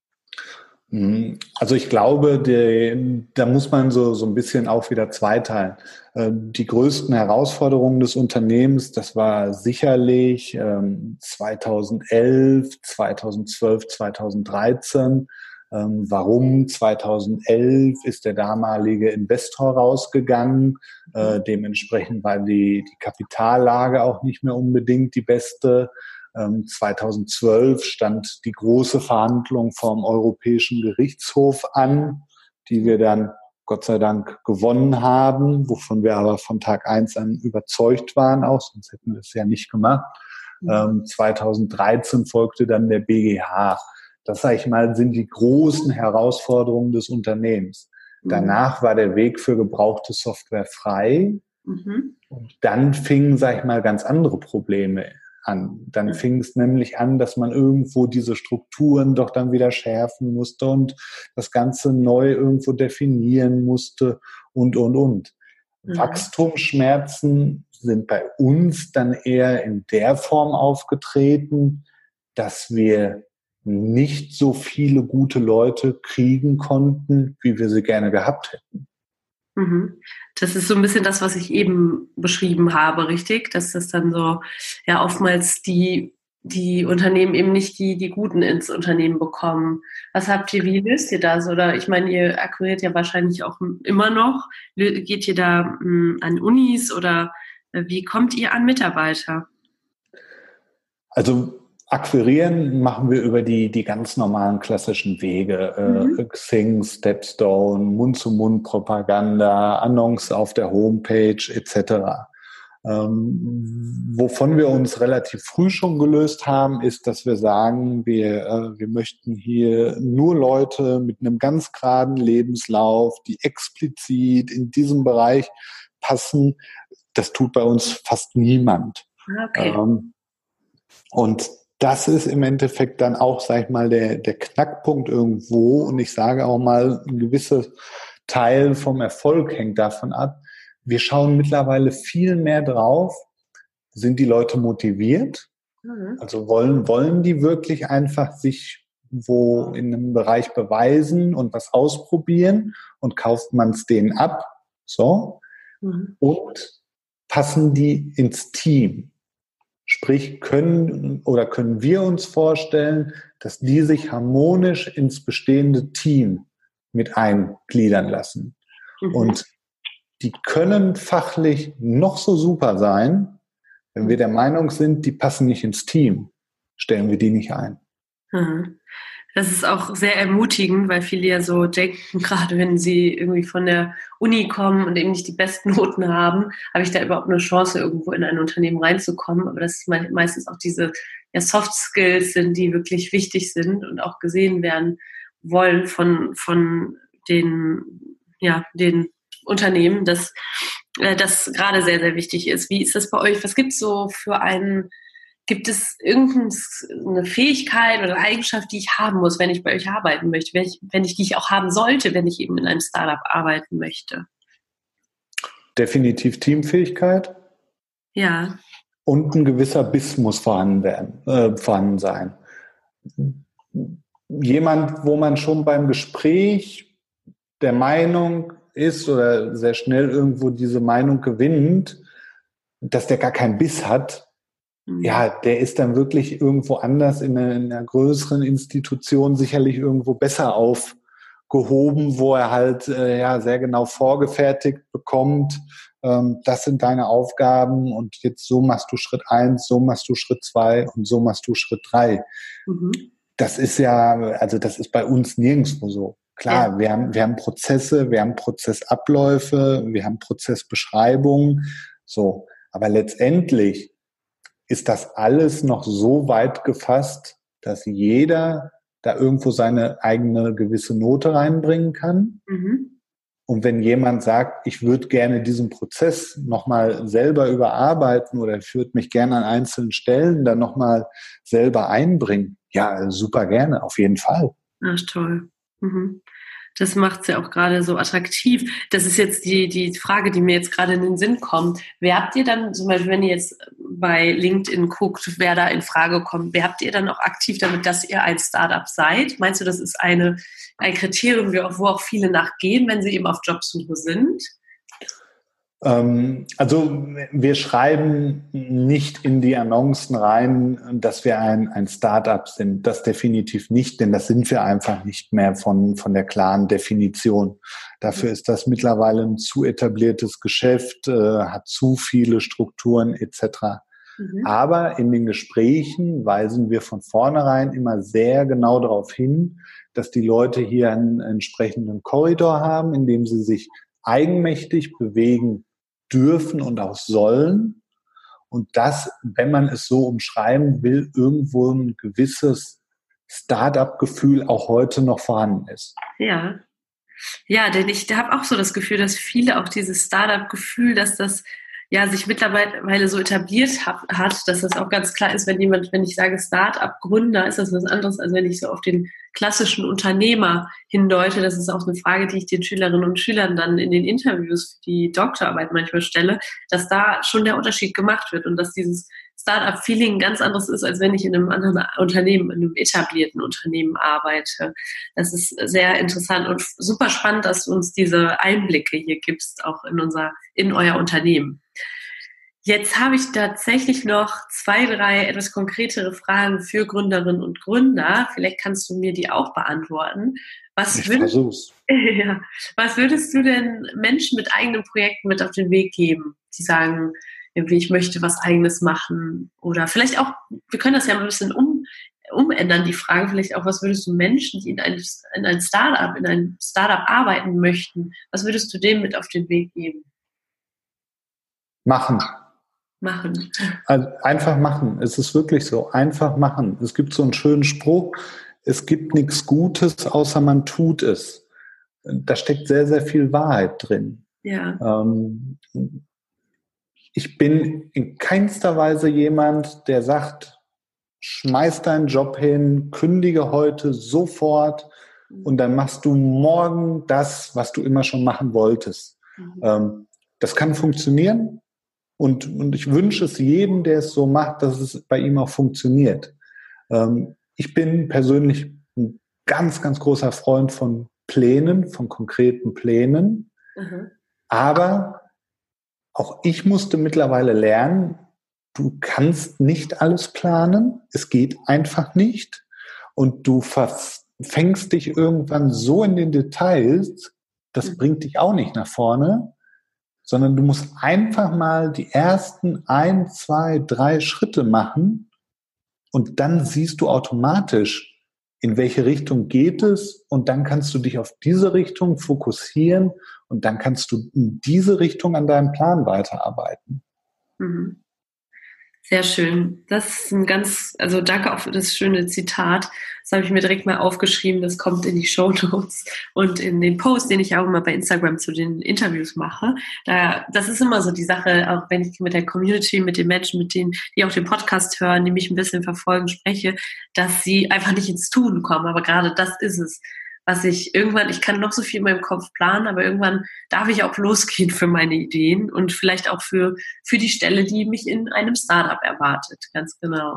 Speaker 2: Also ich glaube, die, da muss man so, so ein bisschen auch wieder zweiteilen. Die größten Herausforderungen des Unternehmens, das war sicherlich zweitausendelf, zweitausendzwölf, zweitausenddreizehn. Warum? zweitausendelf ist der damalige Investor rausgegangen. Dementsprechend war die, die Kapitallage auch nicht mehr unbedingt die beste. zweitausendzwölf stand die große Verhandlung vom Europäischen Gerichtshof an, die wir dann Gott sei Dank gewonnen haben, wovon wir aber von Tag eins an überzeugt waren auch, sonst hätten wir es ja nicht gemacht. Mhm. zweitausenddreizehn folgte dann der B G H. Das, sage ich mal, sind die großen Herausforderungen des Unternehmens. Mhm. Danach war der Weg für gebrauchte Software frei. Mhm. Und dann fingen, sage ich mal, ganz andere Probleme an. Dann mhm. fing es nämlich an, dass man irgendwo diese Strukturen doch dann wieder schärfen musste und das Ganze neu irgendwo definieren musste und, und, und. Mhm. Wachstumsschmerzen sind bei uns dann eher in der Form aufgetreten, dass wir nicht so viele gute Leute kriegen konnten, wie wir sie gerne gehabt hätten.
Speaker 1: Das ist so ein bisschen das, was ich eben beschrieben habe, richtig? Dass das dann so, ja, oftmals die, die Unternehmen eben nicht die, die Guten ins Unternehmen bekommen. Was habt ihr, wie löst ihr das? Oder ich meine, ihr akquiriert ja wahrscheinlich auch immer noch. Geht ihr da mh, an Unis oder wie kommt ihr an Mitarbeiter?
Speaker 2: Also akquirieren machen wir über die, die ganz normalen klassischen Wege. Mhm. Äh, Xing, Stepstone, Mund-zu-Mund-Propaganda, Annonce auf der Homepage et cetera. Ähm, wovon wir uns relativ früh schon gelöst haben, ist, dass wir sagen, wir, äh, wir möchten hier nur Leute mit einem ganz geraden Lebenslauf, die explizit in diesem Bereich passen. Das tut bei uns fast niemand. Okay. Ähm, und das ist im Endeffekt dann auch, sag ich mal, der, der Knackpunkt irgendwo. Und ich sage auch mal, ein gewisser Teil vom Erfolg hängt davon ab. Wir schauen mittlerweile viel mehr drauf. Sind die Leute motiviert? Mhm. Also wollen, wollen die wirklich einfach sich wo in einem Bereich beweisen und was ausprobieren und kauft man es denen ab? So. Mhm. Und passen die ins Team? Sprich, können oder können wir uns vorstellen, dass die sich harmonisch ins bestehende Team mit eingliedern lassen. Mhm. Und die können fachlich noch so super sein, wenn wir der Meinung sind, die passen nicht ins Team, stellen wir die nicht ein.
Speaker 1: Mhm. Das ist auch sehr ermutigend, weil viele ja so denken, gerade wenn sie irgendwie von der Uni kommen und eben nicht die besten Noten haben, habe ich da überhaupt eine Chance, irgendwo in ein Unternehmen reinzukommen. Aber das meistens auch diese ja, Soft Skills sind, die wirklich wichtig sind und auch gesehen werden wollen von, von den, ja, den Unternehmen, dass äh, das gerade sehr, sehr wichtig ist. Wie ist das bei euch? Was gibt es so für einen Gibt es irgendeine Fähigkeit oder Eigenschaft, die ich haben muss, wenn ich bei euch arbeiten möchte, wenn ich, wenn ich die ich auch haben sollte, wenn ich eben in einem Startup arbeiten möchte?
Speaker 2: Definitiv Teamfähigkeit.
Speaker 1: Ja.
Speaker 2: Und ein gewisser Biss muss vorhanden werden, äh, vorhanden sein. Jemand, wo man schon beim Gespräch der Meinung ist oder sehr schnell irgendwo diese Meinung gewinnt, dass der gar keinen Biss hat, ja, der ist dann wirklich irgendwo anders in einer, in einer größeren Institution sicherlich irgendwo besser aufgehoben, wo er halt äh, ja sehr genau vorgefertigt bekommt, ähm, das sind deine Aufgaben und jetzt so machst du Schritt eins, so machst du Schritt zwei und so machst du Schritt drei. Mhm. Das ist ja, also das ist bei uns nirgendwo so. Klar, ja. wir haben, wir haben Prozesse, wir haben Prozessabläufe, wir haben Prozessbeschreibungen, so. Aber letztendlich ist das alles noch so weit gefasst, dass jeder da irgendwo seine eigene gewisse Note reinbringen kann. Mhm. Und wenn jemand sagt, ich würde gerne diesen Prozess nochmal selber überarbeiten oder ich würde mich gerne an einzelnen Stellen dann nochmal selber einbringen, ja, super gerne, auf jeden Fall.
Speaker 1: Ach, toll. Mhm. Das macht es ja auch gerade so attraktiv. Das ist jetzt die, die Frage, die mir jetzt gerade in den Sinn kommt. Wer habt ihr dann, zum Beispiel, wenn ihr jetzt bei LinkedIn guckt, wer da in Frage kommt, wer habt ihr dann auch aktiv damit, dass ihr ein Startup seid? Meinst du, das ist eine, ein Kriterium, wo auch viele nachgehen, wenn sie eben auf Jobsuche sind?
Speaker 2: Also wir schreiben nicht in die Annoncen rein, dass wir ein, ein Start-up sind. Das definitiv nicht, denn das sind wir einfach nicht mehr von, von der klaren Definition. Dafür ist das mittlerweile ein zu etabliertes Geschäft, äh, hat zu viele Strukturen et cetera. Mhm. Aber in den Gesprächen weisen wir von vornherein immer sehr genau darauf hin, dass die Leute hier einen entsprechenden Korridor haben, in dem sie sich eigenmächtig bewegen dürfen und auch sollen. Und das, wenn man es so umschreiben will, irgendwo ein gewisses Start-up-Gefühl auch heute noch vorhanden ist.
Speaker 1: Ja, ja, denn ich habe auch so das Gefühl, dass viele auch dieses Start-up-Gefühl, dass das ja sich mittlerweile so etabliert hat, dass das auch ganz klar ist, wenn jemand, wenn ich sage Start-up-Gründer, ist das was anderes, als wenn ich so auf den klassischen Unternehmer hindeute. Das ist auch eine Frage, die ich den Schülerinnen und Schülern dann in den Interviews für die Doktorarbeit manchmal stelle, dass da schon der Unterschied gemacht wird und dass dieses Start-up-Feeling ganz anderes ist, als wenn ich in einem anderen Unternehmen, in einem etablierten Unternehmen arbeite. Das ist sehr interessant und super spannend, dass du uns diese Einblicke hier gibst, auch in unser, in euer Unternehmen. Jetzt habe ich tatsächlich noch zwei, drei etwas konkretere Fragen für Gründerinnen und Gründer. Vielleicht kannst du mir die auch beantworten. Was
Speaker 2: ich
Speaker 1: würdest,
Speaker 2: versuch's.
Speaker 1: ja, was würdest du denn Menschen mit eigenen Projekten mit auf den Weg geben, die sagen, irgendwie, ich möchte was Eigenes machen? Oder vielleicht auch, wir können das ja mal ein bisschen um, umändern, die Frage, vielleicht auch, was würdest du Menschen, die in ein, in ein Startup, in ein Startup arbeiten möchten, was würdest du denen mit auf den Weg geben?
Speaker 2: Machen.
Speaker 1: Machen.
Speaker 2: Also einfach machen. Es ist wirklich so. Einfach machen. Es gibt so einen schönen Spruch, es gibt nichts Gutes, außer man tut es. Da steckt sehr, sehr viel Wahrheit drin.
Speaker 1: Ja.
Speaker 2: Ähm, ich bin in keinster Weise jemand, der sagt, schmeiß deinen Job hin, kündige heute sofort und dann machst du morgen das, was du immer schon machen wolltest. Mhm. Ähm, das kann funktionieren. Und, und ich wünsche es jedem, der es so macht, dass es bei ihm auch funktioniert. Ähm, ich bin persönlich ein ganz, ganz großer Freund von Plänen, von konkreten Plänen. Mhm. Aber auch ich musste mittlerweile lernen, du kannst nicht alles planen. Es geht einfach nicht. Und du verfängst dich irgendwann so in den Details, das mhm. bringt dich auch nicht nach vorne. Sondern du musst einfach mal die ersten ein, zwei, drei Schritte machen und dann siehst du automatisch, in welche Richtung geht es und dann kannst du dich auf diese Richtung fokussieren und dann kannst du in diese Richtung an deinem Plan weiterarbeiten.
Speaker 1: Mhm. Sehr schön. Das ist ein ganz, also danke auch für das schöne Zitat. Das habe ich mir direkt mal aufgeschrieben. Das kommt in die Shownotes und in den Post, den ich auch immer bei Instagram zu den Interviews mache. Da, das ist immer so die Sache, auch wenn ich mit der Community, mit den Menschen, mit denen, die auch den Podcast hören, die mich ein bisschen verfolgen, spreche, dass sie einfach nicht ins Tun kommen. Aber gerade das ist es, was ich irgendwann, ich kann noch so viel in meinem Kopf planen, aber irgendwann darf ich auch losgehen für meine Ideen und vielleicht auch für, für die Stelle, die mich in einem Startup erwartet. Ganz genau.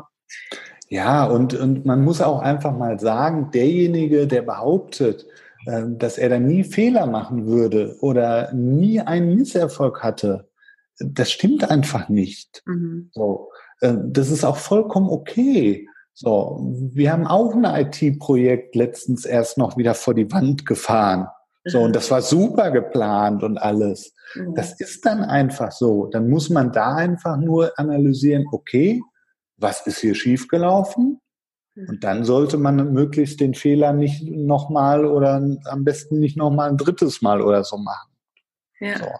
Speaker 2: Ja, und, und man muss auch einfach mal sagen, derjenige, der behauptet, äh, dass er da nie Fehler machen würde oder nie einen Misserfolg hatte, das stimmt einfach nicht. Mhm. So, äh, das ist auch vollkommen okay. So, wir haben auch ein I T-Projekt letztens erst noch wieder vor die Wand gefahren. So, und das war super geplant und alles. Mhm. Das ist dann einfach so. Dann muss man da einfach nur analysieren, okay, was ist hier schiefgelaufen? Mhm. Und dann sollte man möglichst den Fehler nicht nochmal oder am besten nicht nochmal ein drittes Mal oder so machen. Ja. So.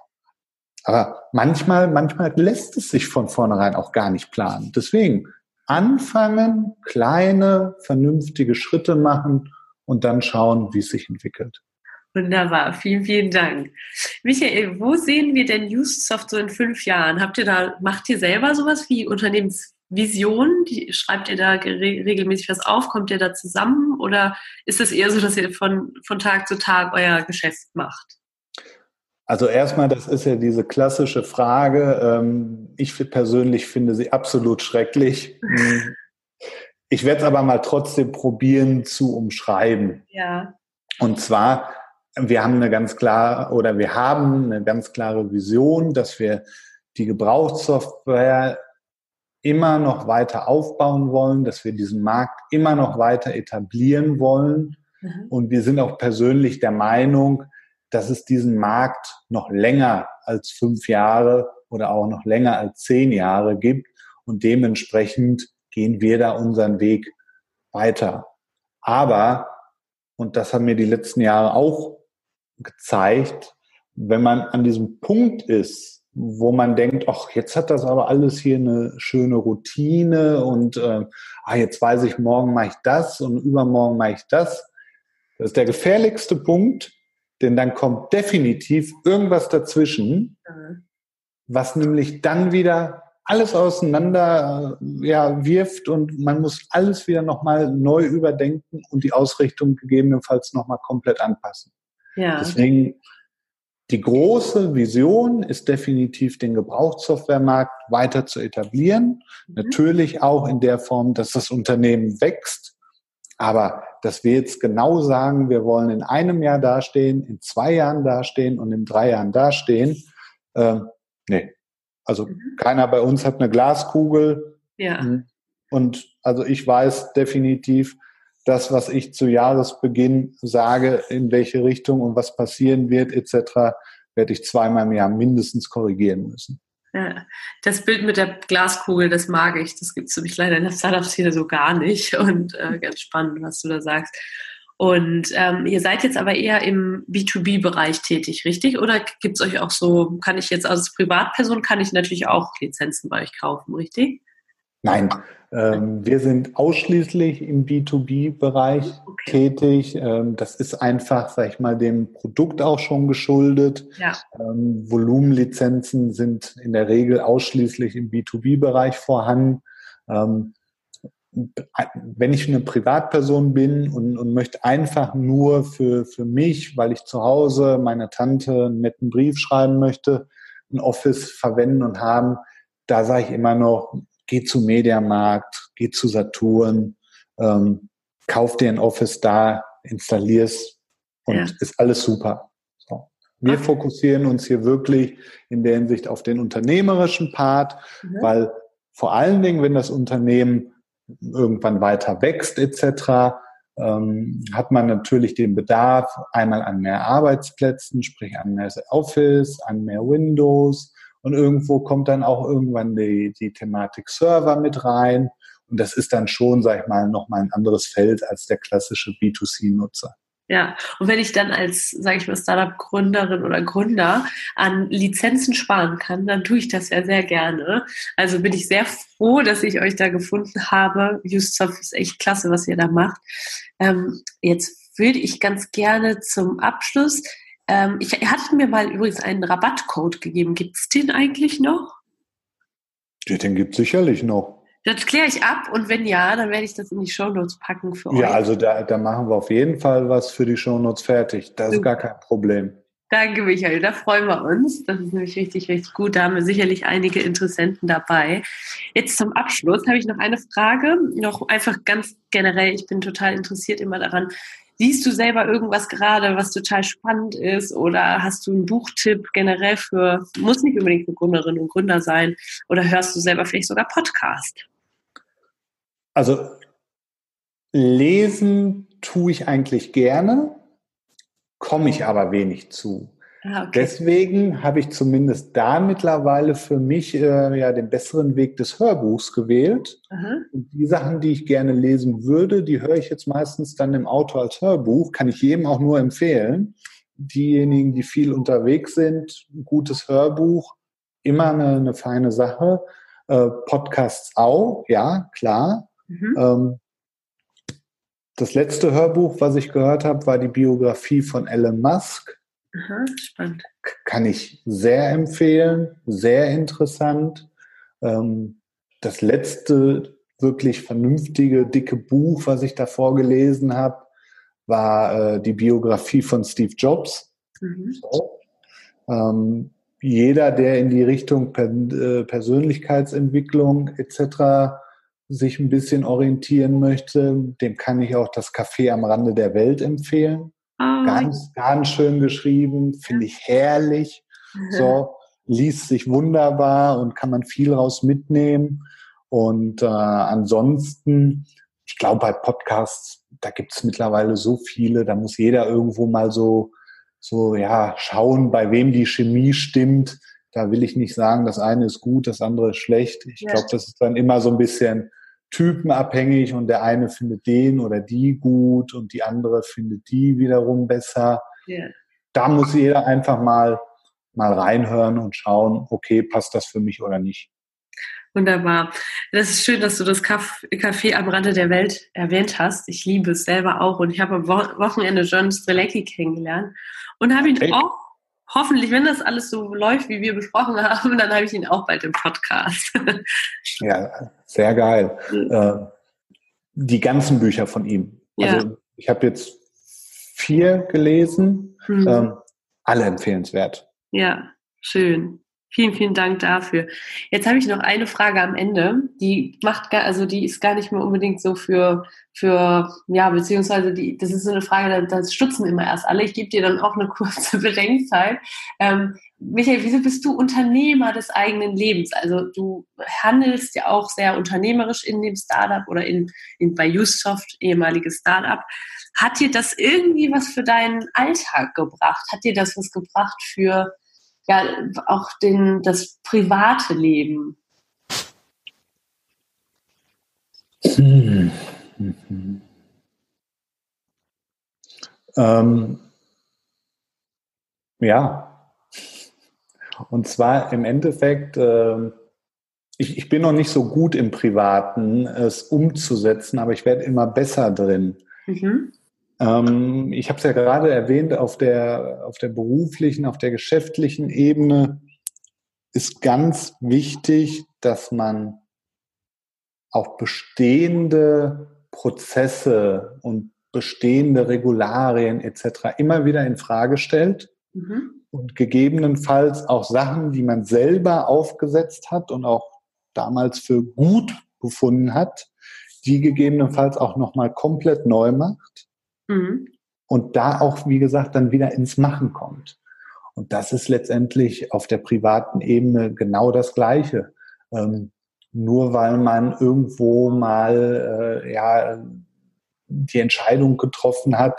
Speaker 2: Aber manchmal, manchmal lässt es sich von vornherein auch gar nicht planen. Deswegen anfangen, kleine, vernünftige Schritte machen und dann schauen, wie es sich entwickelt.
Speaker 1: Wunderbar, vielen, vielen Dank. Michael, wo sehen wir denn Usesoft so in fünf Jahren? Habt ihr da, macht ihr selber sowas wie Unternehmensvision? Die, schreibt ihr da re- regelmäßig was auf? Kommt ihr da zusammen? Oder ist es eher so, dass ihr von, von Tag zu Tag euer Geschäft macht?
Speaker 2: Also erstmal, das ist ja diese klassische Frage. Ich persönlich finde sie absolut schrecklich. Ich werde es aber mal trotzdem probieren zu umschreiben.
Speaker 1: Ja.
Speaker 2: Und zwar, wir haben eine ganz klar oder wir haben eine ganz klare Vision, dass wir die Gebrauchssoftware immer noch weiter aufbauen wollen, dass wir diesen Markt immer noch weiter etablieren wollen. Mhm. Und wir sind auch persönlich der Meinung, dass es diesen Markt noch länger als fünf Jahre oder auch noch länger als zehn Jahre gibt. Und dementsprechend gehen wir da unseren Weg weiter. Aber, und das haben mir die letzten Jahre auch gezeigt, wenn man an diesem Punkt ist, wo man denkt, ach, jetzt hat das aber alles hier eine schöne Routine und äh, ah, jetzt weiß ich, morgen mache ich das und übermorgen mache ich das. Das ist der gefährlichste Punkt, denn dann kommt definitiv irgendwas dazwischen, mhm. was nämlich dann wieder alles auseinander äh, ja, wirft und man muss alles wieder nochmal neu überdenken und die Ausrichtung gegebenenfalls nochmal komplett anpassen. Ja. Deswegen die große Vision ist definitiv, den Gebrauchssoftwaremarkt weiter zu etablieren. Mhm. Natürlich auch in der Form, dass das Unternehmen wächst. Aber dass wir jetzt genau sagen, wir wollen in einem Jahr dastehen, in zwei Jahren dastehen und in drei Jahren dastehen, äh, nee. Also mhm. keiner bei uns hat eine Glaskugel.
Speaker 1: Ja.
Speaker 2: Und also ich weiß definitiv, das, was ich zu Jahresbeginn sage, in welche Richtung und was passieren wird et cetera, werde ich zweimal im Jahr mindestens korrigieren müssen.
Speaker 1: Ja, das Bild mit der Glaskugel, das mag ich. Das gibt es nämlich leider in der Startup-Szene so gar nicht. Und äh, ganz spannend, was du da sagst. Und ähm, ihr seid jetzt aber eher im B zwei B-Bereich tätig, richtig? Oder gibt es euch auch so, kann ich jetzt als Privatperson, kann ich natürlich auch Lizenzen bei euch kaufen, richtig?
Speaker 2: Nein, ähm, wir sind ausschließlich im B zwei B-Bereich okay. tätig. Ähm, das ist einfach, sag ich mal, dem Produkt auch schon geschuldet.
Speaker 1: Ja.
Speaker 2: Ähm, Volumenlizenzen sind in der Regel ausschließlich im B zwei B-Bereich vorhanden. Ähm, wenn ich eine Privatperson bin und, und möchte einfach nur für, für mich, weil ich zu Hause meiner Tante einen netten Brief schreiben möchte, ein Office verwenden und haben, da sage ich immer noch, geh zu Mediamarkt, geh zu Saturn, ähm, kauf dir ein Office da, installier's und ja. ist alles super. So. Wir okay. fokussieren uns hier wirklich in der Hinsicht auf den unternehmerischen Part, mhm. weil vor allen Dingen, wenn das Unternehmen irgendwann weiter wächst et cetera, ähm, hat man natürlich den Bedarf einmal an mehr Arbeitsplätzen, sprich an mehr Office, an mehr Windows. Und irgendwo kommt dann auch irgendwann die, die Thematik Server mit rein. Und das ist dann schon, sag ich mal, nochmal ein anderes Feld als der klassische B zwei C-Nutzer.
Speaker 1: Ja, und wenn ich dann als, sage ich mal, Startup-Gründerin oder Gründer an Lizenzen sparen kann, dann tue ich das ja sehr gerne. Also bin ich sehr froh, dass ich euch da gefunden habe. Usesoft ist echt klasse, was ihr da macht. Ähm, jetzt würde ich ganz gerne zum Abschluss Ähm, ich hatte mir mal übrigens einen Rabattcode gegeben. Gibt es den eigentlich noch?
Speaker 2: Ja, den gibt es sicherlich noch.
Speaker 1: Das kläre ich ab und wenn ja, dann werde ich das in die Shownotes packen für euch.
Speaker 2: Ja, also da, da machen wir auf jeden Fall was für die Shownotes fertig. Das ist gar kein Problem.
Speaker 1: Danke, Michael. Da freuen wir uns. Das ist nämlich richtig, richtig gut. Da haben wir sicherlich einige Interessenten dabei. Jetzt zum Abschluss habe ich noch eine Frage. Noch einfach ganz generell. Ich bin total interessiert immer daran. Siehst du selber irgendwas gerade, was total spannend ist? Oder hast du einen Buchtipp generell für, muss nicht unbedingt für Gründerinnen und Gründer sein, oder hörst du selber vielleicht sogar Podcast?
Speaker 2: Also lesen tue ich eigentlich gerne, komme ich aber wenig zu. Ah, okay. Deswegen habe ich zumindest da mittlerweile für mich äh, ja den besseren Weg des Hörbuchs gewählt. Aha. Und die Sachen, die ich gerne lesen würde, die höre ich jetzt meistens dann im Auto als Hörbuch. Kann ich jedem auch nur empfehlen. Diejenigen, die viel unterwegs sind, ein gutes Hörbuch, immer eine, eine feine Sache. Äh, Podcasts auch, ja, klar. Mhm. Ähm, das letzte Hörbuch, was ich gehört habe, war die Biografie von Elon Musk.
Speaker 1: Aha, spannend.
Speaker 2: Kann ich sehr empfehlen, sehr interessant. Ähm, das letzte wirklich vernünftige, dicke Buch, was ich davor gelesen habe, war äh, die Biografie von Steve Jobs. Mhm. So. Ähm, jeder, der in die Richtung per, äh, Persönlichkeitsentwicklung et cetera sich ein bisschen orientieren möchte, dem kann ich auch das Café am Rande der Welt empfehlen. Oh. Ganz, ganz schön geschrieben, finde ich herrlich. Mhm. So, liest sich wunderbar und kann man viel raus mitnehmen. Und äh, ansonsten, ich glaube, bei Podcasts, da gibt es mittlerweile so viele, da muss jeder irgendwo mal so, so ja schauen, bei wem die Chemie stimmt. Da will ich nicht sagen, das eine ist gut, das andere ist schlecht. Ich ja. glaube, das ist dann immer so ein bisschen typenabhängig und der eine findet den oder die gut und die andere findet die wiederum besser. Ja. Da muss jeder einfach mal, mal reinhören und schauen, okay, passt das für mich oder nicht.
Speaker 1: Wunderbar. Das ist schön, dass du das Café am Rande der Welt erwähnt hast. Ich liebe es selber auch und ich habe am Wochenende John Strelecki kennengelernt und habe ihn hey. auch, hoffentlich, wenn das alles so läuft, wie wir besprochen haben, dann habe ich ihn auch bald im Podcast.
Speaker 2: Ja, sehr geil. Mhm. Äh, die ganzen Bücher von ihm. Ja. Also ich habe jetzt vier gelesen, mhm. ähm, alle empfehlenswert.
Speaker 1: Ja, schön. Vielen, vielen Dank dafür. Jetzt habe ich noch eine Frage am Ende. Die macht gar, also die ist gar nicht mehr unbedingt so für, für, ja, beziehungsweise die, das ist so eine Frage, da, da stutzen immer erst alle. Ich gebe dir dann auch eine kurze Bedenkzeit. Ähm, Michael, wieso bist du Unternehmer des eigenen Lebens? Also du handelst ja auch sehr unternehmerisch in dem Startup oder in, in bei Usesoft, ehemaliges Startup. Hat dir das irgendwie was für deinen Alltag gebracht? Hat dir das was gebracht für ja, auch den, das private Leben?
Speaker 2: Hm. Mhm. Ähm, ja, und zwar im Endeffekt, äh, ich, ich bin noch nicht so gut im Privaten, es umzusetzen, aber ich werde immer besser drin. Mhm. Ähm, ich habe es ja gerade erwähnt, auf der, auf der beruflichen, auf der geschäftlichen Ebene ist ganz wichtig, dass man auch bestehende Prozesse und bestehende Regularien et cetera immer wieder in Frage stellt mhm. und gegebenenfalls auch Sachen, die man selber aufgesetzt hat und auch damals für gut befunden hat, die gegebenenfalls auch nochmal komplett neu macht. Mhm. Und da auch, wie gesagt, dann wieder ins Machen kommt. Und das ist letztendlich auf der privaten Ebene genau das Gleiche. Ähm, nur weil man irgendwo mal äh, ja, die Entscheidung getroffen hat,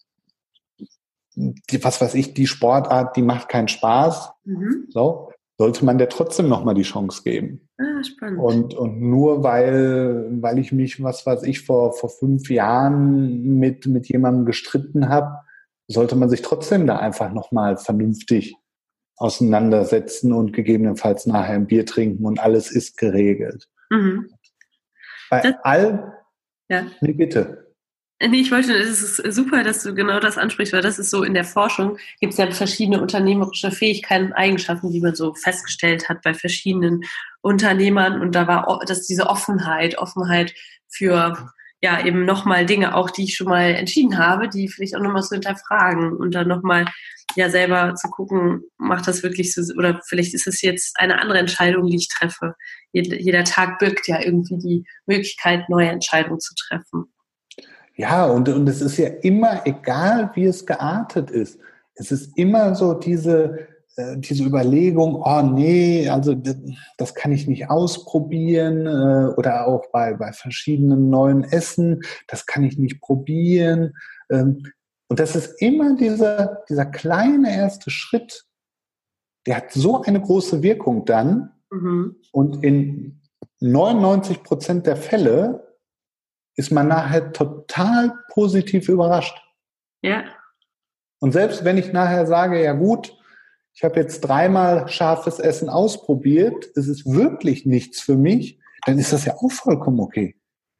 Speaker 2: die, was weiß ich, die Sportart, die macht keinen Spaß, mhm. so, sollte man der trotzdem nochmal die Chance geben.
Speaker 1: Ah, spannend.
Speaker 2: Und, und nur weil, weil ich mich, was weiß ich, vor, vor fünf Jahren mit, mit jemandem gestritten habe, sollte man sich trotzdem da einfach nochmal vernünftig auseinandersetzen und gegebenenfalls nachher ein Bier trinken und alles ist geregelt. Mhm. Bei das, all, ja. Nee, bitte.
Speaker 1: Nee, ich wollte, es ist super, dass du genau das ansprichst, weil das ist so in der Forschung, gibt es ja verschiedene unternehmerische Fähigkeiten und Eigenschaften, die man so festgestellt hat bei verschiedenen Unternehmern und da war das diese Offenheit, Offenheit für ja eben nochmal Dinge auch, die ich schon mal entschieden habe, die vielleicht auch nochmal zu hinterfragen und dann nochmal ja selber zu gucken, macht das wirklich so, oder vielleicht ist es jetzt eine andere Entscheidung, die ich treffe. Jeder, jeder Tag birgt ja irgendwie die Möglichkeit, neue Entscheidungen zu treffen.
Speaker 2: Ja, und, und es ist ja immer egal, wie es geartet ist. Es ist immer so diese, äh, diese Überlegung, oh nee, also das, das kann ich nicht ausprobieren äh, oder auch bei, bei verschiedenen neuen Essen, das kann ich nicht probieren. Ähm, und das ist immer dieser, dieser kleine erste Schritt, der hat so eine große Wirkung dann mhm. und in neunundneunzig Prozent der Fälle ist man nachher total positiv überrascht.
Speaker 1: Ja.
Speaker 2: Und selbst wenn ich nachher sage, ja gut, ich habe jetzt dreimal scharfes Essen ausprobiert, es ist wirklich nichts für mich, dann ist das ja auch vollkommen okay.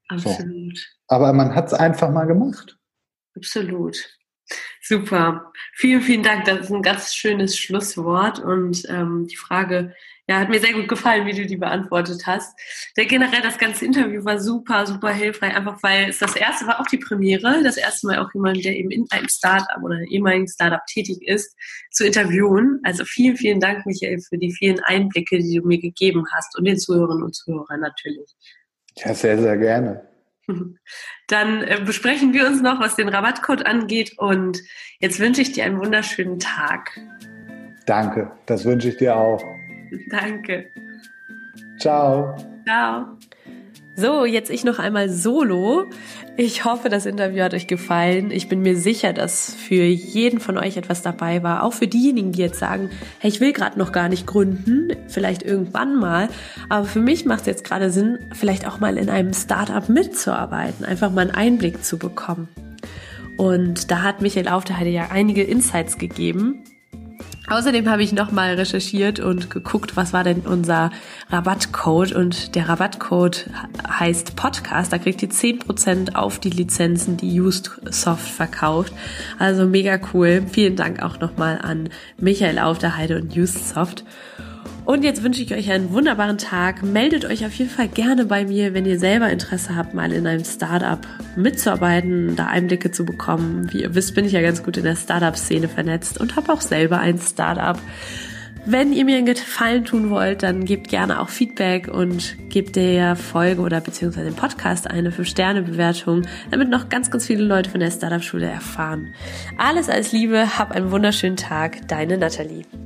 Speaker 1: Absolut.
Speaker 2: So. Aber man hat es einfach mal gemacht.
Speaker 1: Absolut. Super. Vielen, vielen Dank. Das ist ein ganz schönes Schlusswort. Und ähm, die Frage, ja, hat mir sehr gut gefallen, wie du die beantwortet hast. Der, generell das ganze Interview war super, super hilfreich, einfach weil es das erste war, auch die Premiere, das erste Mal auch jemand, der eben in einem Startup oder einem ehemaligen Startup tätig ist, zu interviewen. Also vielen, vielen Dank, Michael, für die vielen Einblicke, die du mir gegeben hast und den Zuhörerinnen und Zuhörern natürlich.
Speaker 2: Ja, sehr, sehr gerne.
Speaker 1: Dann äh, besprechen wir uns noch, was den Rabattcode angeht, und jetzt wünsche ich dir einen wunderschönen Tag.
Speaker 2: Danke, das wünsche ich dir auch.
Speaker 1: Danke.
Speaker 2: Ciao.
Speaker 1: Ciao. So, jetzt ich noch einmal solo. Ich hoffe, das Interview hat euch gefallen. Ich bin mir sicher, dass für jeden von euch etwas dabei war. Auch für diejenigen, die jetzt sagen, hey, ich will gerade noch gar nicht gründen, vielleicht irgendwann mal. Aber für mich macht es jetzt gerade Sinn, vielleicht auch mal in einem Startup mitzuarbeiten, einfach mal einen Einblick zu bekommen. Und da hat Michael Aufderheide ja einige Insights gegeben. Außerdem habe ich nochmal recherchiert und geguckt, was war denn unser Rabattcode, und der Rabattcode heißt Podcast. Da kriegt ihr zehn Prozent auf die Lizenzen, die Usesoft verkauft. Also mega cool. Vielen Dank auch nochmal an Michael Aufderheide und Usesoft. Und jetzt wünsche ich euch einen wunderbaren Tag. Meldet euch auf jeden Fall gerne bei mir, wenn ihr selber Interesse habt, mal in einem Startup mitzuarbeiten, da Einblicke zu bekommen. Wie ihr wisst, bin ich ja ganz gut in der Startup-Szene vernetzt und habe auch selber ein Startup. Wenn ihr mir einen Gefallen tun wollt, dann gebt gerne auch Feedback und gebt der Folge oder beziehungsweise dem Podcast eine fünf Sterne Bewertung, damit noch ganz, ganz viele Leute von der Startup-Schule erfahren. Alles, alles Liebe, hab einen wunderschönen Tag. Deine Nathalie.